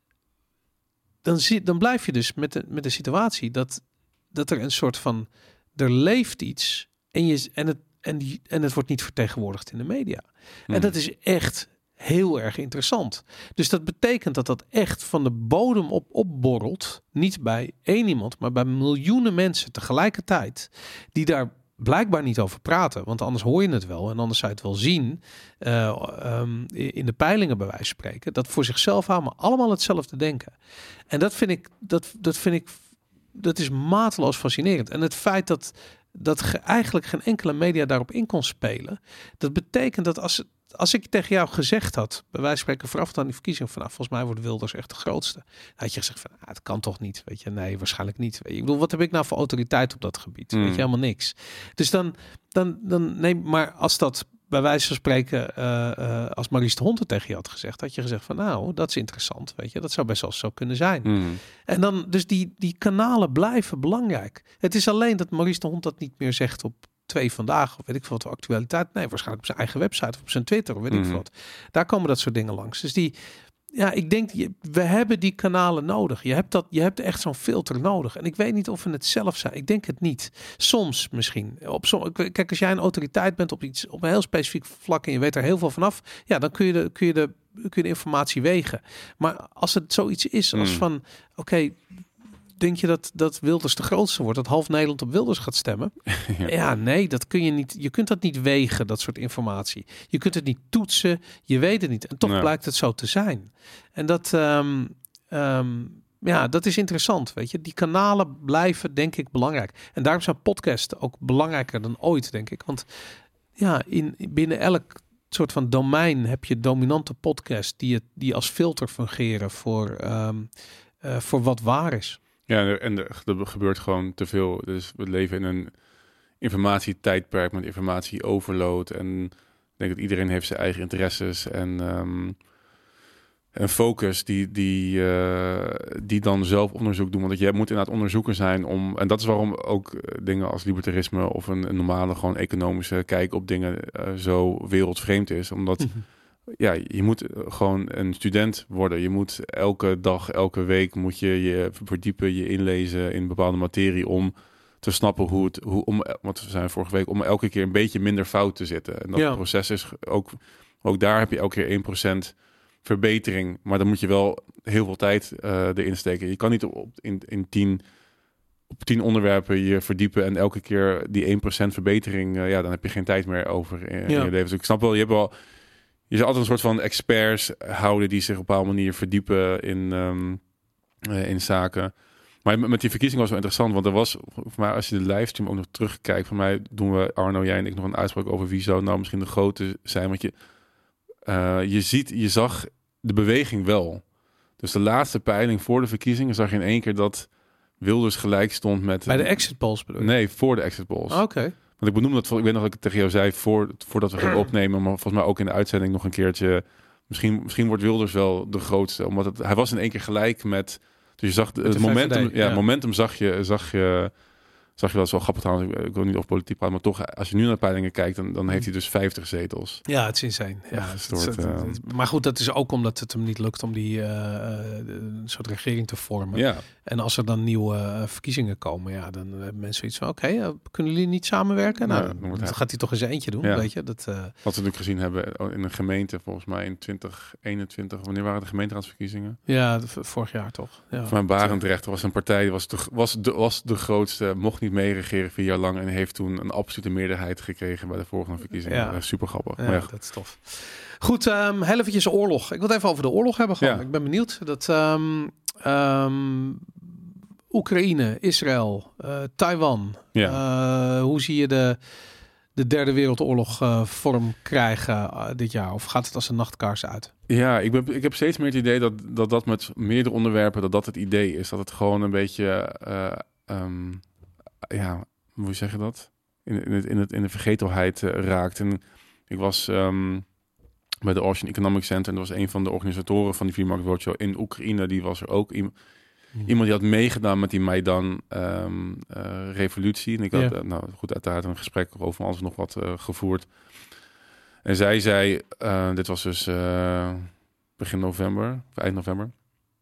dan, zie, dan blijf je dus met de, met de situatie dat, dat er een soort van, er leeft iets en, je, en, het, en, die, en het wordt niet vertegenwoordigd in de media. Hmm. En dat is echt heel erg interessant. Dus dat betekent dat dat echt van de bodem op opborrelt. Niet bij één iemand, maar bij miljoenen mensen tegelijkertijd. Die daar blijkbaar niet over praten. Want anders hoor je het wel. En anders zou je het wel zien. Uh, um, in de peilingen bij wijze van spreken. Dat voor zichzelf houden, maar allemaal hetzelfde denken. En dat vind ik, dat, dat vind ik, dat is mateloos fascinerend. En het feit dat, dat ge, eigenlijk geen enkele media daarop in kon spelen. Dat betekent dat als Als ik tegen jou gezegd had, bij wijze van spreken vooraf aan die verkiezing, van nou, volgens mij wordt Wilders echt de grootste. Dan had je gezegd van, ah, het kan toch niet, weet je? Nee, waarschijnlijk niet. Weet je? Ik bedoel, wat heb ik nou voor autoriteit op dat gebied? Mm. Weet je, helemaal niks. Dus dan, dan, dan neem, maar als dat bij wijze van spreken, uh, uh, als Maurice de Hond het tegen je had gezegd, had je gezegd van, nou, dat is interessant, weet je? Dat zou best wel zo kunnen zijn. Mm. En dan, dus die, die kanalen blijven belangrijk. Het is alleen dat Maurice de Hond dat niet meer zegt op twee vandaag, of weet ik veel wat, de actualiteit. Nee, waarschijnlijk op zijn eigen website of op zijn Twitter, of weet mm-hmm. ik veel wat. Daar komen dat soort dingen langs. Dus die, ja, ik denk, we hebben die kanalen nodig. Je hebt dat, je hebt echt zo'n filter nodig. En ik weet niet of we het zelf zijn. Ik denk het niet. Soms misschien. Op som, kijk, als jij een autoriteit bent op iets, op een heel specifiek vlak en je weet er heel veel vanaf, ja, dan kun je de, kun je de, kun je de informatie wegen. Maar als het zoiets is als mm. van, oké, okay, denk je dat, dat Wilders de grootste wordt? Dat half Nederland op Wilders gaat stemmen? ja. ja, nee, dat kun je niet. Je kunt dat niet wegen, dat soort informatie. Je kunt het niet toetsen. Je weet het niet. En toch ja. blijkt het zo te zijn. En dat, um, um, ja, dat is interessant, weet je. Die kanalen blijven, denk ik, belangrijk. En daarom zijn podcasts ook belangrijker dan ooit, denk ik. Want ja, in, binnen elk soort van domein heb je dominante podcasts die, het, die als filter fungeren voor, um, uh, voor wat waar is. Ja, en er, er gebeurt gewoon te veel. Dus we leven in een informatietijdperk met informatieoverload. En ik denk dat iedereen heeft zijn eigen interesses en, um, en focus die, die, uh, die dan zelf onderzoek doen. Want je moet inderdaad onderzoeker zijn om... En dat is waarom ook dingen als libertarisme of een, een normale gewoon economische kijk op dingen uh, zo wereldvreemd is. Omdat... Mm-hmm. Ja, je moet gewoon een student worden. Je moet elke dag, elke week moet je je verdiepen, je inlezen in bepaalde materie om te snappen hoe het, hoe om, wat we zijn vorige week, om elke keer een beetje minder fout te zitten. En dat ja. proces is ook, ook daar heb je elke keer één procent verbetering, maar dan moet je wel heel veel tijd uh, erin steken. Je kan niet op in, in tien op tien onderwerpen je verdiepen en elke keer die één procent verbetering, uh, ja, dan heb je geen tijd meer over in, ja. in je leven. Dus ik snap wel, je hebt wel Je zou altijd een soort van experts houden die zich op een bepaalde manier verdiepen in, um, uh, in zaken. Maar met die verkiezing was wel interessant, want er was, voor mij, als je de livestream ook nog terugkijkt, voor mij doen we, Arno, jij en ik, nog een uitspraak over wie zou nou misschien de grote zijn. Want je, uh, je ziet, je zag de beweging wel. Dus de laatste peiling voor de verkiezingen zag je in één keer dat Wilders gelijk stond met... Bij de exit polls bedoel je? Nee, voor de exit polls. Oké. Okay. Want ik benoem dat, ik weet nog dat ik het tegen jou zei voor, voordat we gingen opnemen, maar volgens mij ook in de uitzending nog een keertje. Misschien, misschien wordt Wilders wel de grootste, omdat het, hij was in één keer gelijk met. Dus je zag het momentum, ja, ja, momentum zag je, zag je. Zag je wel, zo grappig trouwens, ik wil niet over politiek praten, maar toch, als je nu naar de peilingen kijkt, dan, dan heeft hij dus vijftig zetels. Ja, het is insane. Ja, ja, het soort, uh... maar goed, dat is ook omdat het hem niet lukt om die uh, een soort regering te vormen. Ja. En als er dan nieuwe uh, verkiezingen komen, ja, dan hebben mensen iets van, oké, okay, uh, kunnen jullie niet samenwerken? Nou, ja, dan, dan gaat hij toch eens eentje doen, ja. weet je. Dat, uh... Wat we natuurlijk gezien hebben in een gemeente, volgens mij in twintig eenentwintig, wanneer waren de gemeenteraadsverkiezingen? Ja, de, vorig jaar toch. Ja. Van Barendrecht was een partij, was de, was de, was de grootste, mocht niet meeregeren vier jaar lang en heeft toen een absolute meerderheid gekregen bij de volgende verkiezingen. Ja. Super grappig. Ja, maar ja, dat is tof. Goed, um, heel eventjes oorlog. Ik wil het even over de oorlog hebben. Gewoon. Ja. Ik ben benieuwd. Dat um, um, Oekraïne, Israël, uh, Taiwan. Ja. Uh, hoe zie je de, de derde wereldoorlog uh, vorm krijgen uh, dit jaar? Of gaat het als een nachtkaars uit? Ja, ik, ben, ik heb steeds meer het idee dat, dat dat met meerdere onderwerpen, dat dat het idee is. Dat het gewoon een beetje... Uh, um, ja, hoe zeg je dat? In, in, het, in, het, in de vergetelheid uh, raakt. En ik was um, bij de Ocean Economic Center en er was een van de organisatoren van die Free Market World Show in Oekraïne. Die was er ook. I- mm. Iemand die had meegedaan met die Maidan um, uh, revolutie. En ik had, yeah. uh, nou goed, uiteraard een gesprek over alles nog wat uh, gevoerd. En zij zei, uh, dit was dus uh, begin november, of eind november,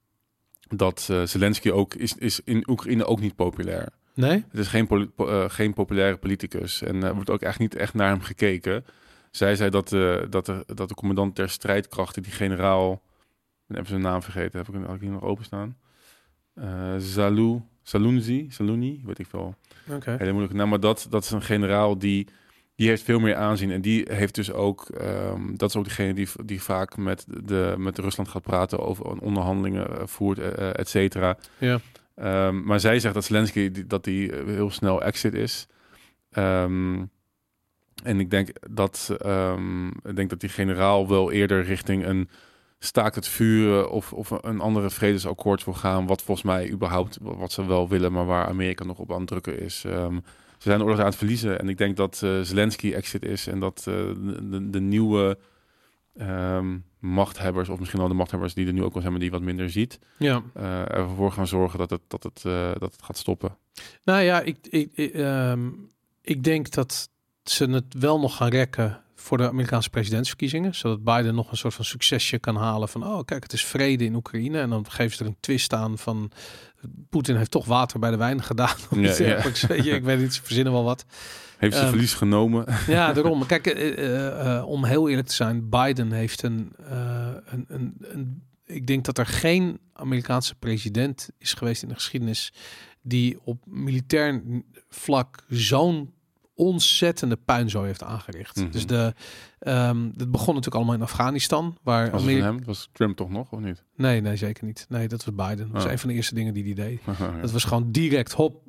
dat uh, Zelensky ook is, is in Oekraïne ook niet populair. Nee? Het is geen, poli- po- uh, geen populaire politicus. En er uh, wordt ook echt niet echt naar hem gekeken. Zij zei dat, uh, dat, de, dat de commandant der strijdkrachten, die generaal... Ik heb zijn naam vergeten. Heb ik hem hier nog openstaan? Uh, Zalou, Zalunzi, Zaluni, weet ik veel. Okay. Hele moeilijke naam. Maar dat, dat is een generaal die... Die heeft veel meer aanzien. En die heeft dus ook... Um, dat is ook degene die, die vaak met, de, met Rusland gaat praten over onderhandelingen voert, uh, et cetera. Ja. Um, maar zij zegt dat Zelensky die, dat die heel snel exit is. Um, en ik denk dat um, ik denk dat die generaal wel eerder richting een staakt het vuren of, of een andere vredesakkoord wil gaan. Wat volgens mij überhaupt wat ze wel willen, maar waar Amerika nog op aan het drukken is. Um, ze zijn de oorlog aan het verliezen. En ik denk dat uh, Zelensky exit is en dat uh, de, de nieuwe um, machthebbers, of misschien wel de machthebbers die er nu ook wel zijn, maar die wat minder ziet, ja. uh, ervoor gaan zorgen dat het, dat het, uh, dat het gaat stoppen. Nou ja, ik, ik, ik, um, ik denk dat ze het wel nog gaan rekken voor de Amerikaanse presidentsverkiezingen, zodat Biden nog een soort van succesje kan halen van, oh kijk, het is vrede in Oekraïne. En dan geven ze er een twist aan van, Poetin heeft toch water bij de wijn gedaan. Ja, ja. Weet je, ik weet niet, ze verzinnen wel wat. Heeft ze um, verlies genomen. Ja, daarom. Kijk, uh, uh, uh, om heel eerlijk te zijn, Biden heeft een, uh, een, een, een... Ik denk dat er geen Amerikaanse president is geweest in de geschiedenis die op militair vlak zo'n ontzettende puinzooi heeft aangericht. Mm-hmm. Dus de, um, het begon natuurlijk allemaal in Afghanistan. Waar was Amerika... het hem? Was Trump toch nog, of niet? Nee, nee, zeker niet. Nee, dat was Biden. Dat was oh. een van de eerste dingen die hij deed. Oh, ja. Dat was gewoon direct hop,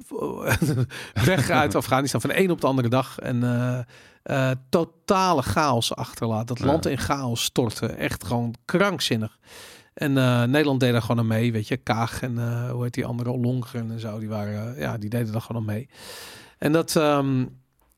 weg uit Afghanistan van de een op de andere dag. En uh, uh, totale chaos achterlaat. Dat land ja. in chaos storten. Echt gewoon krankzinnig. En uh, Nederland deed daar gewoon aan mee. Weet je, Kaag en uh, hoe heet die andere, Ollongren en zo. Die waren, uh, ja, die deden daar gewoon aan mee. En dat... Um,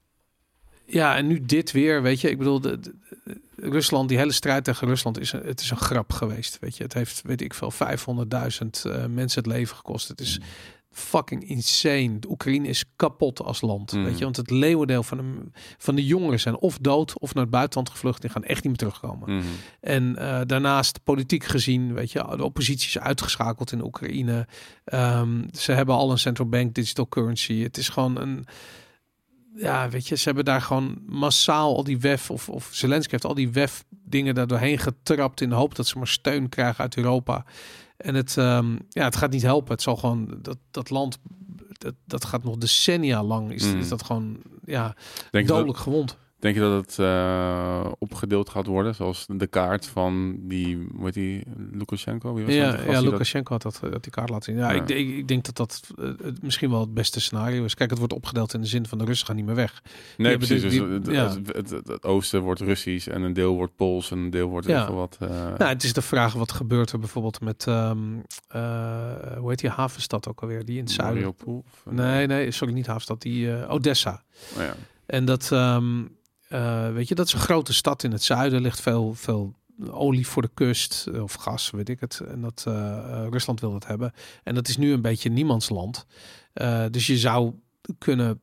Ja, en nu dit weer, weet je. Ik bedoel, de, de, de, Rusland, die hele strijd tegen Rusland, is een, het is een grap geweest, weet je. Het heeft, weet ik veel, vijfhonderdduizend uh, mensen het leven gekost. Het is fucking insane. De Oekraïne is kapot als land, mm. weet je. Want het leeuwendeel van de, van de jongeren zijn of dood of naar het buitenland gevlucht. Die gaan echt niet meer terugkomen. Mm. En uh, daarnaast, politiek gezien, weet je, de oppositie is uitgeschakeld in de Oekraïne. Um, ze hebben al een central bank digital currency. Het is gewoon een... Ja, weet je, ze hebben daar gewoon massaal al die W E F, of, of Zelensky heeft al die W E F dingen daar doorheen getrapt in de hoop dat ze maar steun krijgen uit Europa. En het, um, ja, het gaat niet helpen. Het zal gewoon, dat, dat land, dat, dat gaat nog decennia lang, is, mm. is dat gewoon, ja, Denk dodelijk dat... gewond. Denk je dat het uh, opgedeeld gaat worden? Zoals de kaart van die, hoe heet die, Lukashenko? Wie was ja, dat? ja Lukashenko dat... had dat, dat die kaart laten zien. Ja, ja. Ik, ik, ik denk dat dat uh, misschien wel het beste scenario is. Kijk, het wordt opgedeeld in de zin van de Russen gaan niet meer weg. Nee, die precies. Die, dus die, het, ja. het, het, het, het oosten wordt Russisch en een deel wordt Pools en een deel wordt ja. even wat... Uh... Nou, het is de vraag wat gebeurt er bijvoorbeeld met, um, uh, hoe heet die havenstad ook alweer? Die in het zuiden. Mariupol? Nee, nee, sorry, niet havenstad. Die uh, Odessa. Oh, ja. En dat, um, uh, weet je, dat is een grote stad in het zuiden. Ligt veel, veel olie voor de kust of gas, weet ik het. En dat uh, uh, Rusland wil dat hebben. En dat is nu een beetje niemands land. Uh, dus je zou kunnen...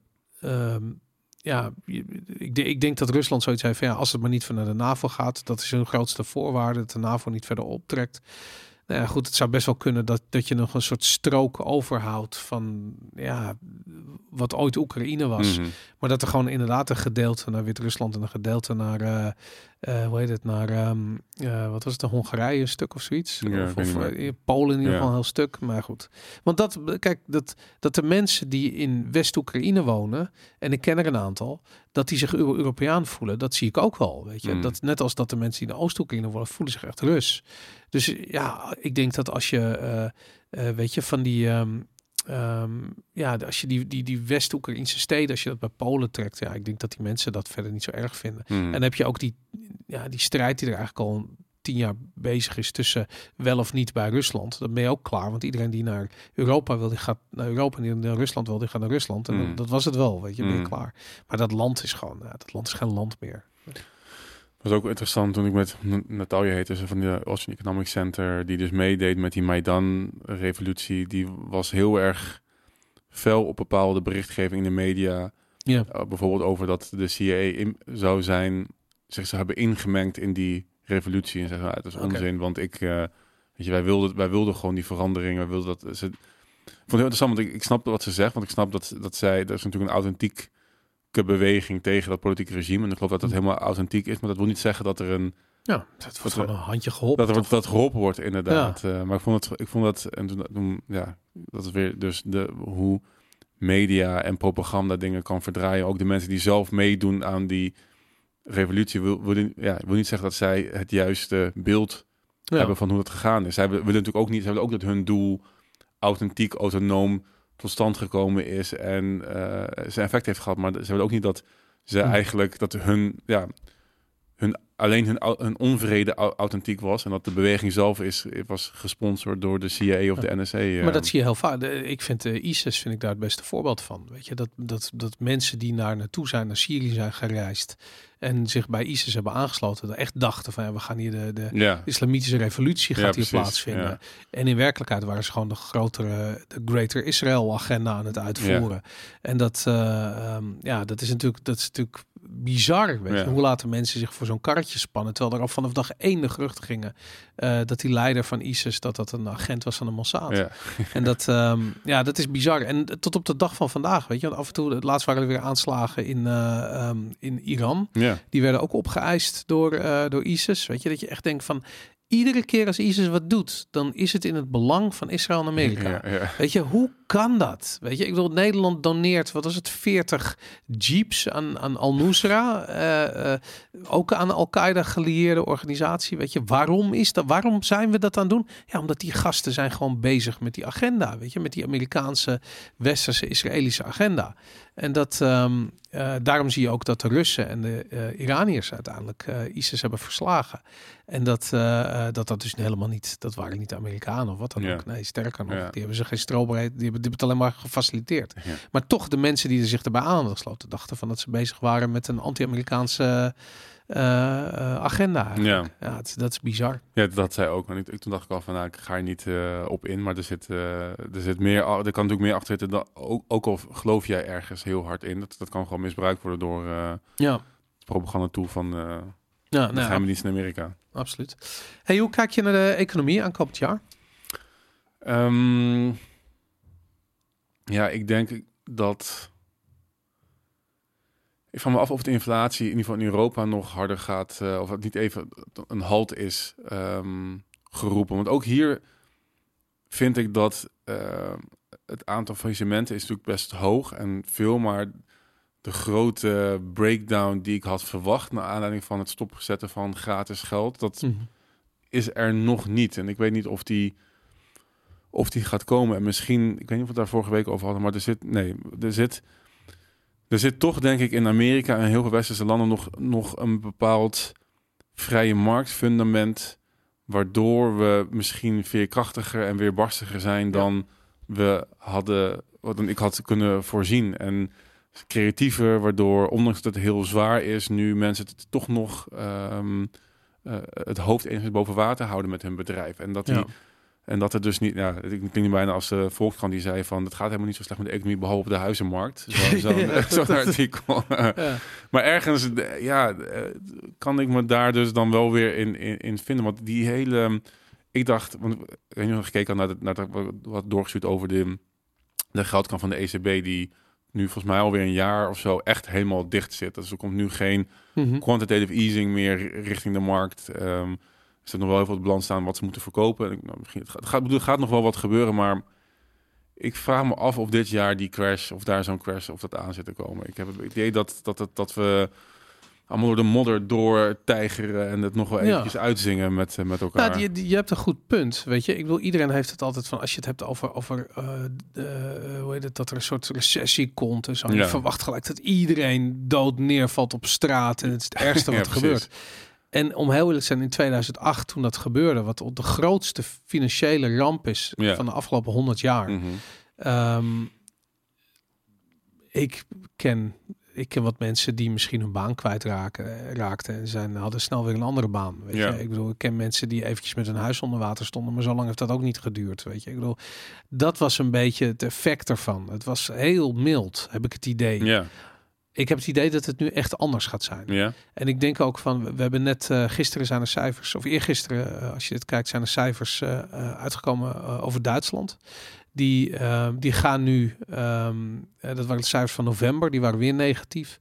Um, ja, ik, ik denk dat Rusland zoiets heeft van ja, als het maar niet van naar de NAVO gaat, dat is hun grootste voorwaarde, dat de NAVO niet verder optrekt. Nou ja, goed, het zou best wel kunnen dat, dat je nog een soort strook overhoudt van ja, wat ooit Oekraïne was. Mm-hmm. Maar dat er gewoon inderdaad een gedeelte naar Wit-Rusland en een gedeelte naar, uh, uh, hoe heet het, naar, um, uh, wat was het, de Hongarije een stuk of zoiets? Ja, of of uh, Polen in ieder geval ja. een heel stuk, maar goed. Want dat, kijk, dat, dat de mensen die in West-Oekraïne wonen, en ik ken er een aantal, dat die zich Euro- Europeaan voelen, dat zie ik ook wel, weet je. Mm. Dat, net als dat de mensen die in Oost-Oekraïne wonen, voelen zich echt Rus. Dus ja, ik denk dat als je, uh, uh, weet je, van die, um, um, ja, als je die, die, die West-Oekraïnse steden, als je dat bij Polen trekt, ja, ik denk dat die mensen dat verder niet zo erg vinden. Mm. En dan heb je ook die, ja, die strijd die er eigenlijk al tien jaar bezig is tussen wel of niet bij Rusland. Dan ben je ook klaar, want iedereen die naar Europa wil, die gaat naar Europa, en die naar Rusland wil, die gaat naar Rusland. En Mm. dat, dat was het wel, weet je, ben je Mm. klaar. Maar dat land is gewoon, ja, dat land is geen land meer. Dat was ook interessant toen ik met Natalia heette ze van de Ocean Economic Center, die dus meedeed met die Maidan-revolutie. Die was heel erg fel op bepaalde berichtgeving in de media. Ja. Uh, bijvoorbeeld over dat de C I A in, zou zijn, zich zou hebben ingemengd in die revolutie. En zeggen, ah, het is onzin, okay. want ik, uh, weet je, wij wilden, wij wilden gewoon die verandering. Wij wilden dat. Ze, ik vond het heel interessant, want ik, ik snap wat ze zegt, want ik snap dat, dat zij, dat is natuurlijk een authentiek beweging tegen dat politieke regime. En ik geloof dat dat helemaal authentiek is, maar dat wil niet zeggen dat er een... Ja, dat wordt gewoon een handje geholpen. Dat er wordt, dat geholpen wordt, inderdaad. Ja. Uh, maar ik vond het, ik vond dat, en toen, toen, ja, dat is weer dus de, hoe media en propaganda dingen kan verdraaien. Ook de mensen die zelf meedoen aan die revolutie, wil, wil, ja, wil niet zeggen dat zij het juiste beeld ja. hebben van hoe het gegaan is. Zij willen natuurlijk ook niet, zij willen ook dat hun doel authentiek, autonoom tot stand gekomen is en uh, zijn effect heeft gehad, maar ze willen ook niet dat ze hmm. eigenlijk dat hun ja hun alleen hun, hun onvrede authentiek was en dat de beweging zelf is was gesponsord door de C I A of de N S A. Uh. Maar dat zie je heel vaak. Ik vind de ISIS vind ik daar het beste voorbeeld van. Weet je dat dat dat mensen die naar naartoe zijn naar Syrië zijn gereisd en zich bij ISIS hebben aangesloten, echt dachten van ja, we gaan hier de, de ja. islamitische revolutie gaat ja, hier precies, plaatsvinden. Ja. En in werkelijkheid waren ze gewoon de grotere, de Greater Israel agenda aan het uitvoeren. Ja. En dat, uh, um, ja, dat is natuurlijk, dat is natuurlijk bizar. Weet je? Ja. Hoe laten mensen zich voor zo'n karretje spannen, terwijl er al vanaf dag één de geruchten gingen uh, dat die leider van ISIS dat dat een agent was van de Mossad. Ja. En dat, um, ja, dat is bizar. En tot op de dag van vandaag, weet je, want af en toe, het laatst waren er weer aanslagen in, uh, um, in Iran. Ja. Die werden ook opgeëist door, uh, door ISIS. Weet je, dat je echt denkt van iedere keer als ISIS wat doet, dan is het in het belang van Israël en Amerika. Ja, ja. Weet je, hoe kan dat? Weet je, ik bedoel, Nederland doneert, wat was het, veertig jeeps aan, aan Al-Nusra, uh, uh, ook aan Al-Qaeda gelieerde organisatie. Weet je, waarom is dat? Waarom zijn we dat aan het doen? Ja, omdat die gasten zijn gewoon bezig met die agenda, weet je, met die Amerikaanse, westerse, Israëlische agenda. En dat, um, uh, daarom zie je ook dat de Russen en de uh, Iraniërs uiteindelijk uh, ISIS hebben verslagen. En dat, uh, uh, dat dat dus helemaal niet, dat waren niet de Amerikanen of wat dan ja. ook. Nee, sterker nog, ja. die hebben ze geen strobreed, die hebben, die hebben het alleen maar gefaciliteerd. Ja. Maar toch de mensen die er zich erbij aan hadden gesloten, dachten van dat ze bezig waren met een anti-Amerikaanse uh, uh, agenda. Ja, ja het, dat is bizar. Ja, dat zei ook. En ik, toen dacht ik al van, nou, ik ga er niet uh, op in, maar er zit, uh, er zit meer, er kan natuurlijk meer achter zitten. Dan, ook, ook al geloof jij ergens heel hard in, dat, dat kan gewoon misbruikt worden door uh, ja. propaganda toe van uh, ja, de nou, geheime dienst in Amerika. Absoluut. Hey, hoe kijk je naar de economie aankomend jaar? Um, ja, ik denk dat... Ik vraag me af of de inflatie in ieder geval in Europa nog harder gaat, uh, of het niet even een halt is um, geroepen. Want ook hier vind ik dat uh, het aantal faillissementen is natuurlijk best hoog en veel, maar de grote breakdown die ik had verwacht naar aanleiding van het stopzetten van gratis geld, dat mm-hmm. is er nog niet. En ik weet niet of die of die gaat komen. En misschien, ik weet niet of we het daar vorige week over hadden, maar er zit, nee, er zit, er zit toch denk ik in Amerika en heel veel westerse landen nog, nog een bepaald vrije marktfundament, waardoor we misschien veerkrachtiger en weerbarstiger zijn dan ja. we hadden, wat ik had kunnen voorzien. En creatiever, waardoor, ondanks dat het heel zwaar is, nu mensen het toch nog um, uh, het hoofd enigszins boven water houden met hun bedrijf. En dat die... Ja. En dat het dus niet, ja, ik klinkt bijna als de Volkskrant die zei van, het gaat helemaal niet zo slecht met de economie, behalve op de huizenmarkt. Zo'n zo, ja, zo artikel. Ja. Maar ergens, ja, kan ik me daar dus dan wel weer in, in, in vinden. Want die hele, ik dacht, want ik heb nog gekeken naar, de, naar de, wat doorgestuurd over de, de geldkraan van de E C B, die nu volgens mij alweer een jaar of zo echt helemaal dicht zit. Dus er komt nu geen mm-hmm. quantitative easing meer richting de markt. Um, Er staat nog wel heel veel op het balans staan wat ze moeten verkopen. Ik, nou, misschien, het, gaat, het, gaat, het gaat nog wel wat gebeuren, maar ik vraag me af of dit jaar die crash, of daar zo'n crash, of dat aan zit te komen. Ik heb het idee dat, dat, dat, dat we allemaal door de modder doortijgeren en het nog wel eventjes ja. uitzingen met, met elkaar. Nou, je, je hebt een goed punt, weet je. Ik wil iedereen heeft het altijd van, als je het hebt over, over uh, de, hoe heet het, dat er een soort recessie komt en zo. Ja. Je verwacht gelijk dat iedereen dood neervalt op straat en het is het ergste wat ja, gebeurt. En om heel eerlijk te zijn, in tweeduizend acht, toen dat gebeurde, wat de grootste financiële ramp is ja. van de afgelopen honderd jaar. Mm-hmm. Um, ik ken, ik ken wat mensen die misschien hun baan kwijtraken, raakten en zijn, hadden snel weer een andere baan. Weet ja. je? Ik bedoel, ik ken mensen die eventjes met hun huis onder water stonden, maar zo lang heeft dat ook niet geduurd. Weet je? Ik bedoel, dat was een beetje het effect ervan. Het was heel mild, heb ik het idee. Ja. Ik heb het idee dat het nu echt anders gaat zijn. Ja. En ik denk ook van, we hebben net uh, gisteren zijn er cijfers, of eergisteren, uh, als je dit kijkt, zijn er cijfers uh, uh, uitgekomen uh, over Duitsland. Die, uh, die gaan nu, um, uh, dat waren de cijfers van november, die waren weer negatief.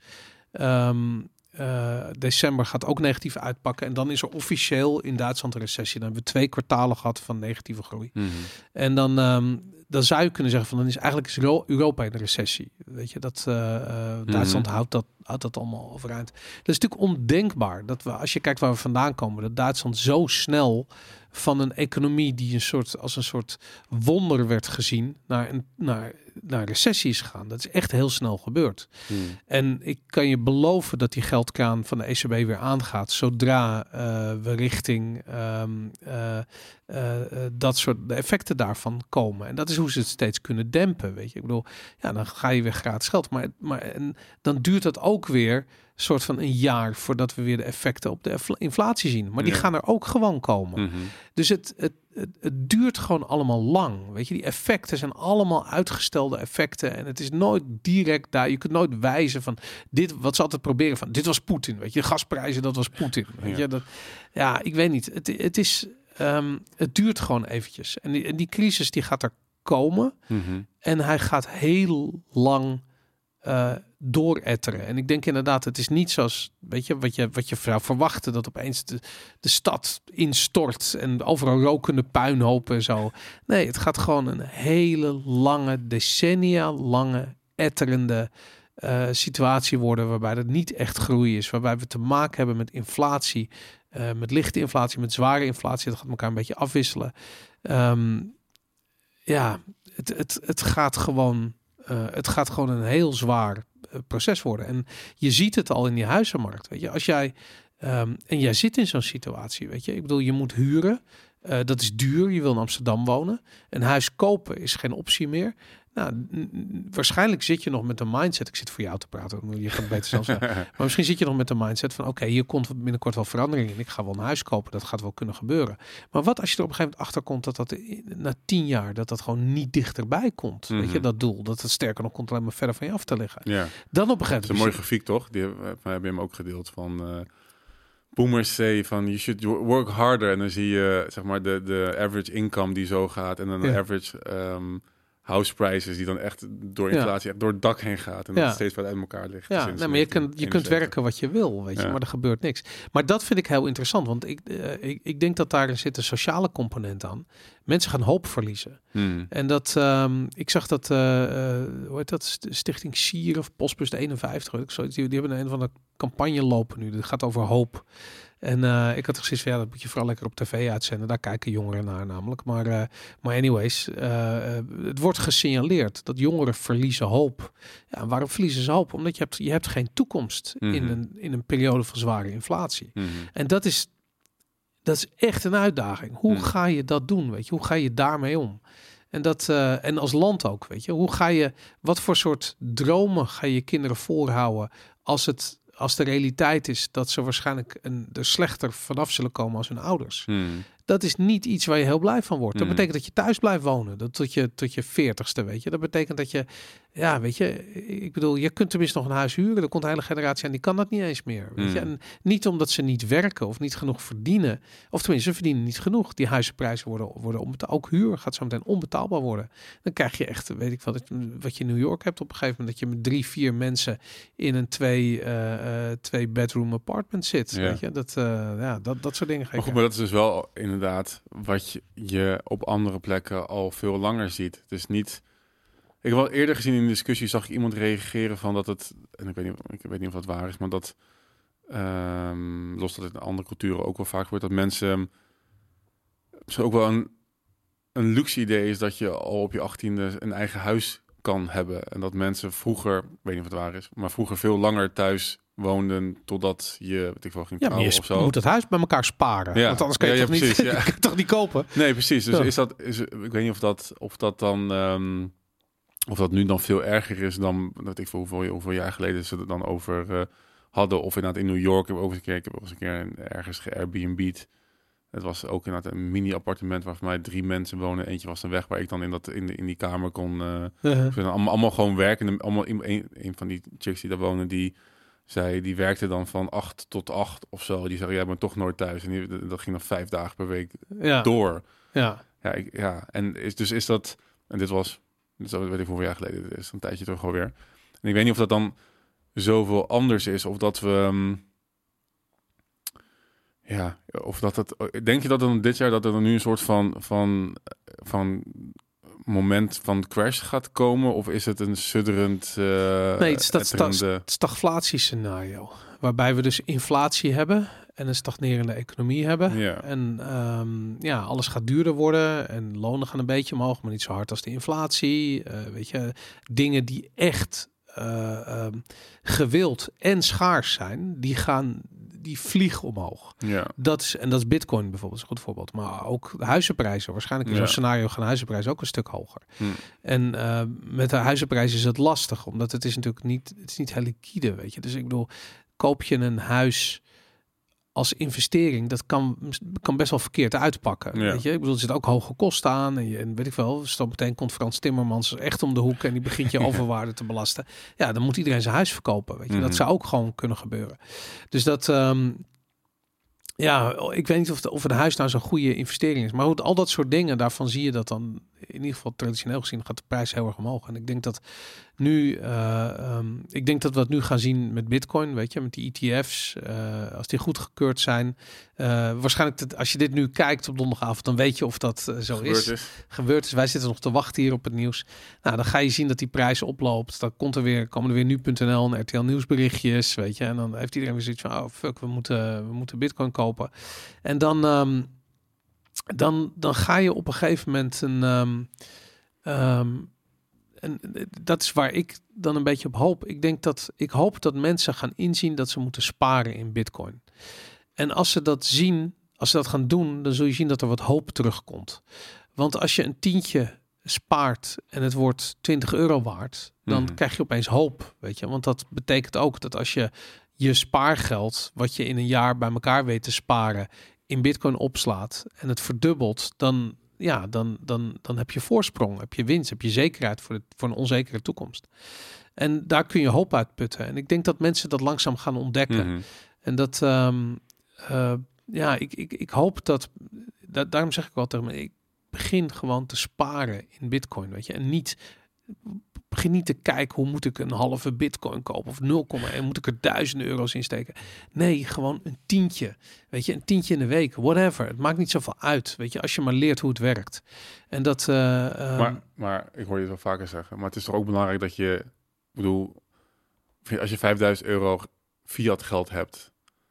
Um, uh, december gaat ook negatief uitpakken. En dan is er officieel in Duitsland een recessie. Dan hebben we twee kwartalen gehad van negatieve groei. Mm-hmm. En dan... Um, dan zou je kunnen zeggen van, dan is eigenlijk is Europa in de recessie. Weet je, dat uh, uh, Duitsland mm-hmm. houdt dat, houdt dat allemaal overeind. Dat is natuurlijk ondenkbaar dat we, als je kijkt waar we vandaan komen, dat Duitsland zo snel van een economie die een soort als een soort wonder werd gezien naar een naar naar recessie is gegaan. Dat is echt heel snel gebeurd. Mm. En ik kan je beloven dat die geldkraan van de E C B weer aangaat zodra uh, we richting um, uh, uh, uh, dat soort effecten daarvan komen. En dat is hoe ze het steeds kunnen dempen. Weet je, ik bedoel, ja, dan ga je weer gratis geld, maar maar en dan duurt dat ook weer soort van een jaar voordat we weer de effecten op de inflatie zien. Maar die ja. gaan er ook gewoon komen. Mm-hmm. Dus het, het, het, het duurt gewoon allemaal lang. Weet je, die effecten zijn allemaal uitgestelde effecten. En het is nooit direct daar. Je kunt nooit wijzen van dit, wat ze altijd proberen van, dit was Poetin. Weet je, gasprijzen, dat was Poetin. Weet ja. je, dat, ja, ik weet niet. Het, het is, um, het duurt gewoon eventjes. En die, en die crisis die gaat er komen. Mm-hmm. En hij gaat heel lang Uh, dooretteren. En ik denk inderdaad, het is niet zoals, weet je, wat je, wat je zou verwachten, dat opeens de, de stad instort en overal rokende puinhopen en zo. Nee, het gaat gewoon een hele lange, decennia lange, etterende uh, situatie worden, waarbij er niet echt groei is, waarbij we te maken hebben met inflatie, uh, met lichte inflatie, met zware inflatie. Dat gaat elkaar een beetje afwisselen. Um, ja, het, het, het gaat gewoon Uh, het gaat gewoon een heel zwaar uh, proces worden. En je ziet het al in die huizenmarkt. Weet je, als jij um, en jij zit in zo'n situatie, weet je, ik bedoel, je moet huren. Uh, dat is duur. Je wil in Amsterdam wonen. Een huis kopen is geen optie meer. Nou, n- n- waarschijnlijk zit je nog met een mindset. Ik zit voor jou te praten. Je gaat beter zelf zeggen. Maar misschien zit je nog met een mindset van, oké, okay, hier komt binnenkort wel verandering in. Ik ga wel een huis kopen. Dat gaat wel kunnen gebeuren. Maar wat als je er op een gegeven moment achter komt dat dat na tien jaar dat dat gewoon niet dichterbij komt? Mm-hmm. Weet je, dat doel. Dat het sterker nog komt alleen maar verder van je af te liggen. Ja. Dan op een gegeven moment. Dat is een mooie grafiek, toch? Die hebben we hem ook gedeeld van. Uh... Boomers say van you should work harder en dan zie je zeg maar de de average income die zo gaat en dan de ja. average um, house prices die dan echt door inflatie ja. echt door het dak heen gaat en ja. dat steeds wat uit elkaar ligt. Ja, nee, maar je kunt je kunt werken wat je wil, weet je, ja. maar er gebeurt niks. Maar dat vind ik heel interessant, want ik uh, ik, ik denk dat daar zit een sociale component aan. Mensen gaan hoop verliezen. Hmm. En dat um, ik zag dat uh, uh, hoe heet dat Stichting Sier of Postbus eenenvijftig, weet ik zo, die, die hebben een van de campagne lopen nu. Dat gaat over hoop. En uh, ik had gezegd van ja, dat moet je vooral lekker op tv uitzenden. Daar kijken jongeren naar namelijk. Maar, uh, maar anyways, uh, uh, het wordt gesignaleerd dat jongeren verliezen hoop. Ja, en waarom verliezen ze hoop? Omdat je hebt, je hebt geen toekomst mm-hmm. in, een, in een periode van zware inflatie. Mm-hmm. En dat is, dat is echt een uitdaging. Hoe mm. ga je dat doen? Weet je? Hoe ga je daarmee om? En, dat, uh, en als land ook, weet je. Hoe ga je, wat voor soort dromen ga je je kinderen voorhouden als het... als de realiteit is dat ze waarschijnlijk een, er slechter vanaf zullen komen als hun ouders. Hmm. Dat is niet iets waar je heel blij van wordt. Dat Hmm. betekent dat je thuis blijft wonen. Dat tot je tot je veertigste, weet je. Dat betekent dat je, ja, weet je, ik bedoel, je kunt tenminste nog een huis huren. Er komt een hele generatie aan die kan dat niet eens meer. Weet Hmm. je? En niet omdat ze niet werken of niet genoeg verdienen. Of tenminste, ze verdienen niet genoeg. Die huizenprijzen worden, worden onbetaald. Ook huur gaat zo meteen onbetaalbaar worden. Dan krijg je echt, weet ik wat, wat je in New York hebt op een gegeven moment. Dat je met drie, vier mensen in een twee, uh, uh, twee bedroom apartment zit. Ja. Weet je, dat, uh, ja, dat, dat soort dingen ga je Maar goed, maar dat is dus wel inderdaad wat je, je op andere plekken al veel langer ziet. Het is niet... Ik heb wel eerder gezien in de discussie, zag ik iemand reageren van dat het... En ik weet niet, ik weet niet of dat waar is, maar dat... Um, los dat het in andere culturen ook wel vaak wordt, dat mensen... Zo ook wel een, een luxe idee is dat je al op je achttiende een eigen huis kan hebben. En dat mensen vroeger, ik weet niet of het waar is, maar vroeger veel langer thuis woonden totdat je, weet ik wel, ging ja, maar je of zo. moet het huis bij elkaar sparen. Ja. Want anders kan je, ja, toch, ja, niet, precies, ja. je kan het toch niet kopen? Nee, precies. Dus ja. is dat, is, ik weet niet of dat, of dat dan, um, of dat nu dan veel erger is dan, weet ik veel, hoeveel, hoeveel jaar geleden ze er dan over uh, hadden. Of inderdaad in New York, ik heb ook eens een keer, ik heb ook eens een keer ergens ge-Airbnb'd. Het was ook inderdaad een mini-appartement waar voor mij drie mensen wonen. Eentje was een weg waar ik dan in, dat, in, de, in die kamer kon... Uh, uh-huh. allemaal, allemaal gewoon werken. Allemaal een, een van die chicks die daar wonen, die zei, die werkte dan van acht tot acht of zo. Die zei, jij bent toch nooit thuis. En die, dat ging dan vijf dagen per week ja. door. Ja. Ja, ik, ja. En is, dus is dat... En dit was, dit weet ik hoeveel jaar geleden. Dit is een tijdje terug alweer. En ik weet niet of dat dan zoveel anders is. Of dat we... Um, Ja, of dat het... Denk je dat dan dit jaar dat er dan nu een soort van, van, van moment van crash gaat komen? Of is het een sudderend... Uh, nee, het is dat sta- stagflatiescenario. Waarbij we dus inflatie hebben en een stagnerende economie hebben. Ja. En um, ja, alles gaat duurder worden en lonen gaan een beetje omhoog, maar niet zo hard als de inflatie. Uh, weet je, dingen die echt uh, um, gewild en schaars zijn, die gaan... die vliegen omhoog. Ja. Dat is, en dat is Bitcoin bijvoorbeeld, is een goed voorbeeld. Maar ook de huizenprijzen. Waarschijnlijk in ja. zo'n scenario gaan huizenprijzen ook een stuk hoger. Hm. En uh, met de huizenprijzen is het lastig, omdat het is natuurlijk niet, het is niet heel liquide, weet je. Dus ik bedoel, koop je een huis als investering, dat kan, kan best wel verkeerd uitpakken. Ja. Weet je? Ik bedoel, er zit ook hoge kosten aan. En, je, en weet ik wel, dus dan meteen komt Frans Timmermans echt om de hoek en die begint je overwaarde te belasten. Ja, dan moet iedereen zijn huis verkopen. Weet je? Mm-hmm. Dat zou ook gewoon kunnen gebeuren. Dus dat, um, ja, ik weet niet of, de, of een huis nou zo'n goede investering is. Maar goed, al dat soort dingen, daarvan zie je dat dan, in ieder geval traditioneel gezien, gaat de prijs heel erg omhoog. En ik denk dat nu, uh, um, ik denk dat we het nu gaan zien met Bitcoin, weet je, met die E T F's, uh, als die goed gekeurd zijn. Uh, waarschijnlijk, dat, als je dit nu kijkt op donderdagavond, dan weet je of dat uh, zo Gebeurd is. is. Gebeurd is. Wij zitten nog te wachten hier op het nieuws. Nou, dan ga je zien dat die prijs oploopt. Dan komt er weer, komen er weer nu punt n l en R T L nieuwsberichtjes, weet je. En dan heeft iedereen weer zoiets van, oh fuck, we moeten, we moeten Bitcoin kopen. En dan, um, dan, dan ga je op een gegeven moment een... Um, um, En dat is waar ik dan een beetje op hoop. Ik denk dat ik hoop dat mensen gaan inzien dat ze moeten sparen in Bitcoin. En als ze dat zien, als ze dat gaan doen, dan zul je zien dat er wat hoop terugkomt. Want als je een tientje spaart en het wordt twintig euro waard, dan mm-hmm. krijg je opeens hoop, weet je. Want dat betekent ook dat als je je spaargeld, wat je in een jaar bij elkaar weet te sparen, in Bitcoin opslaat en het verdubbelt, dan ja, dan, dan, dan heb je voorsprong, heb je winst, heb je zekerheid voor, de, voor een onzekere toekomst. En daar kun je hoop uit putten. En ik denk dat mensen dat langzaam gaan ontdekken. Mm-hmm. En dat, um, uh, ja, ik, ik, ik hoop dat, dat, daarom zeg ik wel tegen me, ik begin gewoon te sparen in Bitcoin, weet je. En niet, begin niet te kijken, hoe moet ik een halve Bitcoin kopen of nul komma één, moet ik er duizenden euro's in steken? Nee, gewoon een tientje. Weet je, een tientje in de week, whatever. Het maakt niet zoveel uit, weet je, als je maar leert hoe het werkt. En dat... Uh, um... maar, maar ik hoor je het wel vaker zeggen, maar het is toch ook belangrijk dat je, ik bedoel, als je vijfduizend euro fiat geld hebt,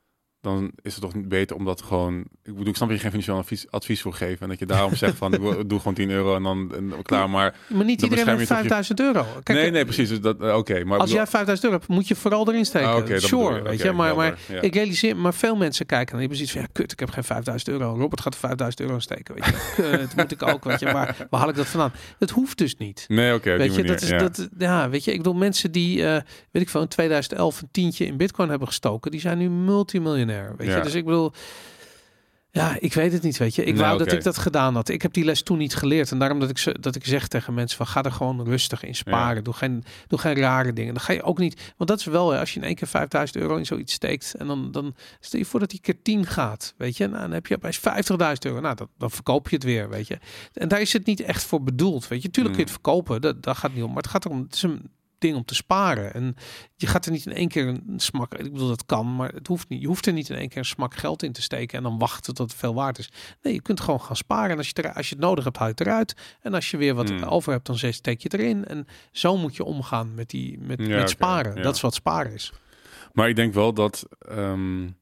dan is het toch niet beter om dat gewoon... Ik bedoel, ik snap dat je geen financieel advies, advies voor geven. En dat je daarom zegt van, ik doe gewoon tien euro en dan en klaar. Maar, maar niet iedereen heeft vijfduizend euro. Kijk, nee, nee, precies. Dus dat, uh, Oké. Okay, maar als jij vijfduizend euro hebt, moet je vooral erin steken. Ah, okay, sure, je, weet okay, je. Maar, maar ja. ik realiseer, maar veel mensen kijken en hebben zoiets van, ja, kut, ik heb geen vijfduizend euro. Robert gaat er vijfduizend euro steken, weet je. Kut, moet ik ook, weet je. Waar, waar haal ik dat vandaan? Het hoeft dus niet. Nee, oké. Okay, weet je, manier, dat is, ja. dat, ja, weet je, ik bedoel, mensen die, uh, weet ik veel, in tweeduizend elf een tientje in Bitcoin hebben gestoken, die zijn nu multimiljonair, weet ja. je. Dus ik bedoel, ja, ik weet het niet, weet je. Ik nee, wou okay. dat ik dat gedaan had. Ik heb die les toen niet geleerd. En daarom dat ik, ze, dat ik zeg tegen mensen van, ga er gewoon rustig in sparen. Ja. Doe, geen, doe geen rare dingen. Dan ga je ook niet, want dat is wel, als je in één keer vijfduizend euro in zoiets steekt en dan, dan stel je voor dat die keer tien gaat, weet je. Nou, dan heb je opeens vijftigduizend euro. Nou, dat, dan verkoop je het weer, weet je. En daar is het niet echt voor bedoeld, weet je. Tuurlijk kun je het verkopen, dat, dat gaat niet om. Maar het gaat erom, het is een ding om te sparen. En je gaat er niet in één keer een smak, ik bedoel dat kan, maar het hoeft niet. Je hoeft er niet in één keer een smak geld in te steken en dan wachten tot het veel waard is. Nee, je kunt gewoon gaan sparen en als je, er, als je het nodig hebt, haal je het eruit. En als je weer wat mm. over hebt, dan steek je het erin. En zo moet je omgaan met, die, met, ja, met okay, sparen. Ja. Dat is wat sparen is. Maar ik denk wel dat um,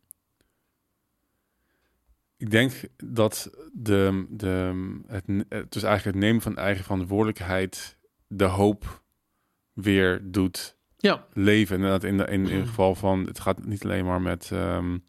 ik denk dat de, de, het, het dus eigenlijk het nemen van eigen verantwoordelijkheid de hoop weer doet ja. leven. Inderdaad, in, de, in, in het geval van, het gaat niet alleen maar met, um,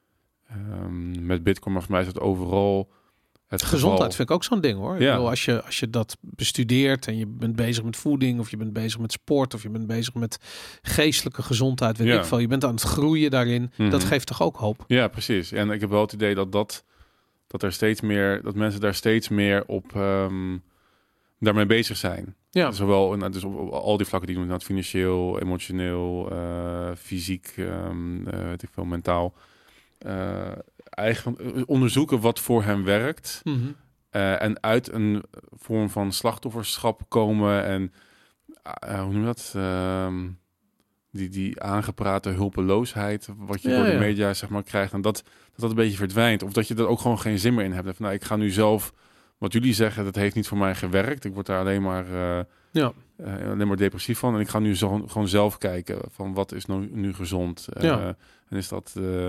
um, met Bitcoin, maar voor mij is het overal het gezondheid geval. Vind ik ook zo'n ding hoor. Ja. Ik bedoel, als je als je dat bestudeert en je bent bezig met voeding of je bent bezig met sport of je bent bezig met geestelijke gezondheid, weet ja. ik veel. Je bent aan het groeien daarin. Mm-hmm. Dat geeft toch ook hoop? Ja, precies. En ik heb wel het idee dat dat dat er steeds meer, dat mensen daar steeds meer op um, daarmee bezig zijn. Ja. Zowel nou, dus op, op al die vlakken die doen, nou, financieel, emotioneel, uh, fysiek, um, uh, weet ik veel, mentaal. Uh, eigen, onderzoeken wat voor hen werkt. Mm-hmm. Uh, en uit een vorm van slachtofferschap komen en uh, hoe noem je dat? Uh, die, die aangeprate hulpeloosheid, wat je ja, door de media ja. zeg maar krijgt. En dat, dat dat een beetje verdwijnt. Of dat je er ook gewoon geen zin meer in hebt. Van, nou, ik ga nu zelf... Wat jullie zeggen, dat heeft niet voor mij gewerkt. Ik word daar alleen maar, uh, ja. uh, alleen maar depressief van. En ik ga nu zo, gewoon zelf kijken van wat is nu, nu gezond. Uh, ja. En is dat uh, uh,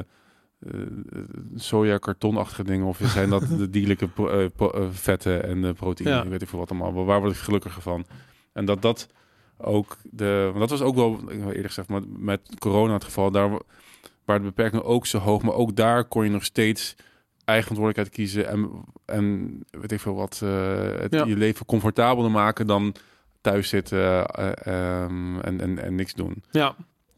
soja kartonachtige dingen of zijn dat de dierlijke pro, uh, pro, uh, vetten en de proteïne? Ja. Ik weet niet veel wat allemaal. Waar word ik gelukkiger van? En dat dat ook de... Want dat was ook wel, ik heb eerder gezegd, maar met corona het geval, daar waar de beperkingen ook zo hoog, maar ook daar kon je nog steeds eigen verantwoordelijkheid kiezen en, en weet ik veel wat, uh, het, ja. je leven comfortabeler maken dan thuis zitten uh, um, en, en, en niks doen. Ja,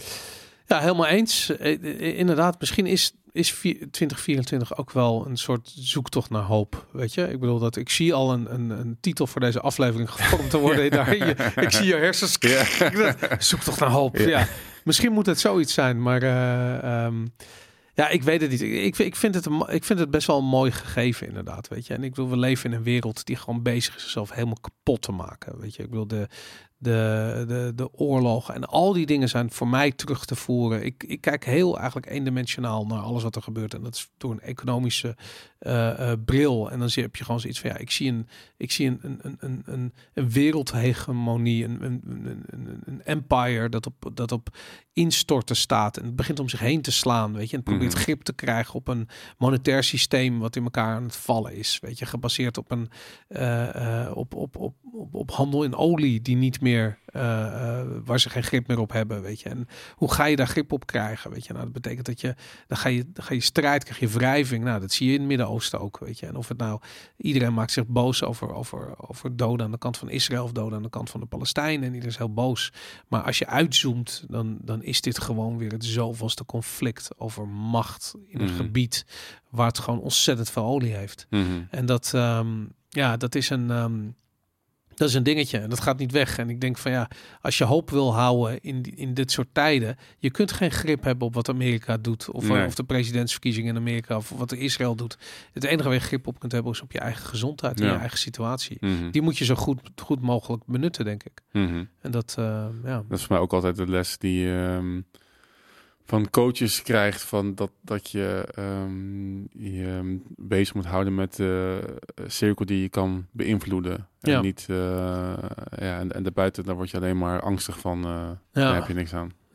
ja helemaal eens. Uh, inderdaad, misschien is, is twintig vierentwintig ook wel een soort zoektocht naar hoop. Weet je, ik bedoel dat ik zie al een, een, een titel voor deze aflevering gevormd te worden. Daar, je, ik zie je hersens. Ja. Zoektocht naar hoop. Ja. ja, misschien moet het zoiets zijn, maar. Uh, um, Ja, ik weet het niet. Ik, ik, vind het, ik vind het best wel een mooi gegeven, inderdaad. Weet je, en ik bedoel, we leven in een wereld die gewoon bezig is zichzelf helemaal kapot te maken. Weet je, ik bedoel, de, de, de, de oorlogen en al die dingen zijn voor mij terug te voeren. Ik, ik kijk heel eigenlijk eendimensionaal naar alles wat er gebeurt. En dat is door een economische uh, uh, bril. En dan zie, heb je gewoon zoiets van, ja, ik zie een, ik zie een, een, een, een, een wereldhegemonie, een, een, een, een, een empire dat op, dat op instorten staat. En het begint om zich heen te slaan, weet je. En probeert mm-hmm. grip te krijgen op een monetair systeem wat in elkaar aan het vallen is. Weet je, gebaseerd op een uh, uh, op, op, op, op, op handel in olie die niet meer uh, uh, waar ze geen grip meer op hebben, weet je. En hoe ga je daar grip op krijgen, weet je? Nou, dat betekent dat je dan ga je dan ga je strijd, krijg je wrijving. Nou, dat zie je in het Midden-Oosten ook, weet je. En of het nou iedereen maakt zich boos over over over doden aan de kant van Israël of doden aan de kant van de Palestijnen en iedereen is heel boos. Maar als je uitzoomt, dan dan is dit gewoon weer het zoveelste conflict over macht in een mm-hmm. gebied waar het gewoon ontzettend veel olie heeft. Mm-hmm. En dat, um, ja, dat is een, um, dat is een dingetje en dat gaat niet weg. En ik denk van ja, als je hoop wil houden in, in dit soort tijden, je kunt geen grip hebben op wat Amerika doet of, nee. of de presidentsverkiezingen in Amerika of wat Israël doet. Het enige waar je grip op kunt hebben is op je eigen gezondheid en ja. je eigen situatie. Mm-hmm. Die moet je zo goed, goed mogelijk benutten, denk ik. Mm-hmm. En dat, uh, ja. Dat is voor mij ook altijd de les die um, van coaches krijgt, van dat, dat je um, je bezig moet houden met de uh, cirkel die je kan beïnvloeden. En ja. niet, uh, ja, en, en daarbuiten, daar word je alleen maar angstig van, uh, ja. daar heb je niks aan.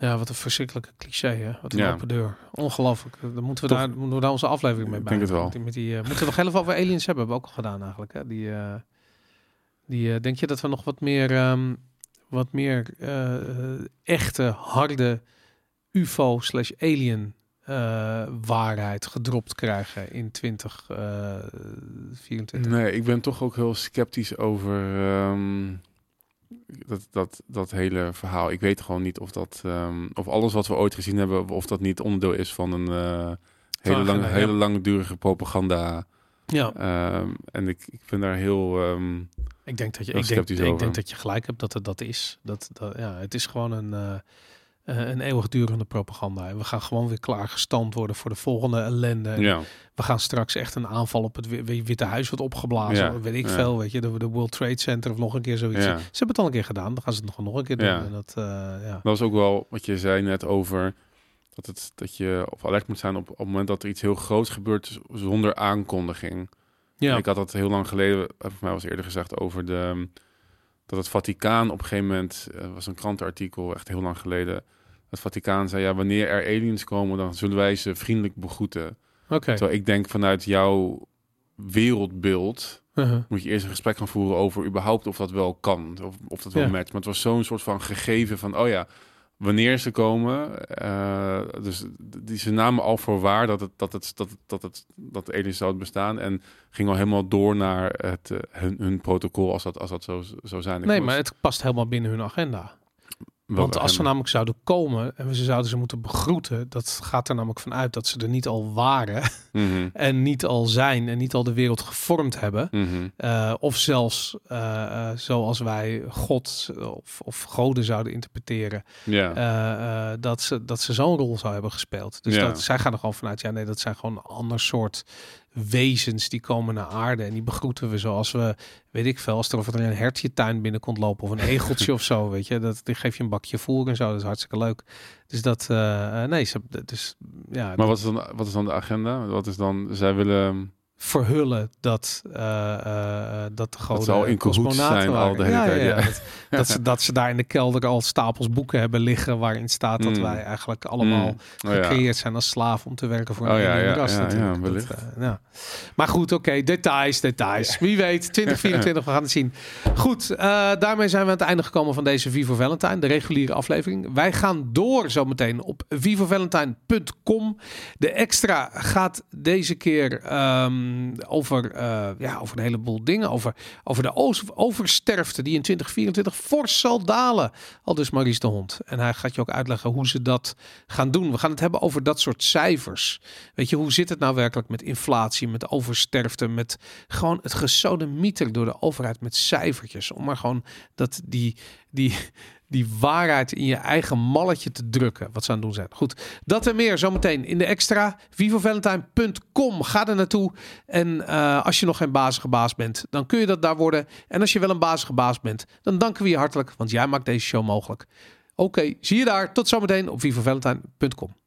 Ja, wat een verschrikkelijke cliché, hè? Wat een Ja. open deur. Ongelooflijk. Dan moeten we, Toch, daar, moeten we daar onze aflevering mee ik bij. denk het wel. Met die, met die, uh, moeten we nog heel even over aliens hebben. Hebben we ook al gedaan eigenlijk. Hè? Die, uh, die, uh, denk je dat we nog wat meer, um, wat meer uh, echte, harde U F O slash alien uh, waarheid gedropt krijgen in twintig vierentwintig? Nee, ik ben toch ook heel sceptisch over um, dat, dat, dat hele verhaal. Ik weet gewoon niet of dat, um, of alles wat we ooit gezien hebben, of dat niet onderdeel is van een uh, hele, lang, ja. hele langdurige propaganda. Ja. Um, en ik, ik ben daar heel, um, ik denk dat je, heel ik denk, sceptisch ik over. denk dat je gelijk hebt dat het dat is. Dat, dat, ja, het is gewoon een, uh, een eeuwigdurende propaganda. En we gaan gewoon weer klaargestand worden voor de volgende ellende. Ja. We gaan straks echt een aanval op het Witte Huis wat opgeblazen. Ja. Weet ik Ja. veel, weet je. De, de World Trade Center of nog een keer zoiets. Ja. Ze hebben het al een keer gedaan. Dan gaan ze het nog, nog een keer doen. Ja. En dat, uh, ja. Dat was ook wel wat je zei net over dat, het, dat je op alert moet zijn op, op het moment dat er iets heel groots gebeurt zonder aankondiging. Ja. Ik had dat heel lang geleden, voor mij was eerder gezegd, over de dat het Vaticaan op een gegeven moment, uh, was een krantenartikel echt heel lang geleden. Het Vaticaan zei, ja, wanneer er aliens komen, dan zullen wij ze vriendelijk begroeten. Okay. Terwijl ik denk vanuit jouw wereldbeeld Uh-huh. moet je eerst een gesprek gaan voeren over überhaupt of dat wel kan, of, of dat wel Ja. matcht. Maar het was zo'n soort van gegeven van, oh ja, wanneer ze komen, uh, dus die ze namen al voor waar dat het dat het dat het dat het dat de aliens zouden bestaan en ging al helemaal door naar het uh, hun, hun protocol als dat als dat zo zou zijn. Ik Nee, was, maar het past helemaal binnen hun agenda. Welke Want als ze agenda? namelijk zouden komen en we ze zouden ze moeten begroeten, dat gaat er namelijk vanuit dat ze er niet al waren Mhm. en niet al zijn en niet al de wereld gevormd hebben. Mhm. Uh, of zelfs uh, uh, zoals wij God of, of goden zouden interpreteren, Ja. uh, uh, dat ze, dat ze zo'n rol zou hebben gespeeld. Dus Ja. dat, zij gaan er gewoon vanuit, ja nee, dat zijn gewoon een ander soort wezens die komen naar aarde en die begroeten we zoals we, weet ik veel, als er of er een hert je tuin binnen komt lopen of een egeltje of zo, weet je, dat die geef je een bakje voer en zo, dat is hartstikke leuk. Dus dat, uh, nee, ze, dus ja. Maar wat is dan wat is dan de agenda? Wat is dan zij willen verhullen dat, uh, uh, dat de goden dat ze al in cahoots cosmonauten zijn waren. al de hele ja, tijd. Ja, ja. Ja. Dat, dat, ze, dat ze daar in de kelder al stapels boeken hebben liggen waarin staat dat Mm. wij eigenlijk allemaal Mm. Oh, ja. gecreëerd zijn als slaaf om te werken voor een Oh, ja, alien ja, ras ja, natuurlijk. ja, wellicht. Dat, uh, ja. Maar goed, oké, okay, details, details. Wie weet, twintig vierentwintig, we gaan het zien. Goed, uh, daarmee zijn we aan het einde gekomen van deze V voor Valentine, de reguliere aflevering. Wij gaan door zometeen op v voor valentine punt com. De extra gaat deze keer um, over, uh, ja, over een heleboel dingen. Over, over de oversterfte die in twintig vierentwintig fors zal dalen. Al dus Maurice de Hond. En hij gaat je ook uitleggen hoe ze dat gaan doen. We gaan het hebben over dat soort cijfers. Weet je, hoe zit het nou werkelijk met inflatie, met oversterfte, met gewoon het gesodemieter door de overheid met cijfertjes. Om maar gewoon dat die... die die waarheid in je eigen malletje te drukken. Wat ze aan het doen zijn. Goed, dat en meer zometeen in de extra. v voor valentine punt com. Ga er naartoe. En uh, als je nog geen bazige baas bent, dan kun je dat daar worden. En als je wel een bazige baas bent, dan danken we je hartelijk. Want jij maakt deze show mogelijk. Oké, okay, zie je daar. Tot zometeen op v voor valentine punt com.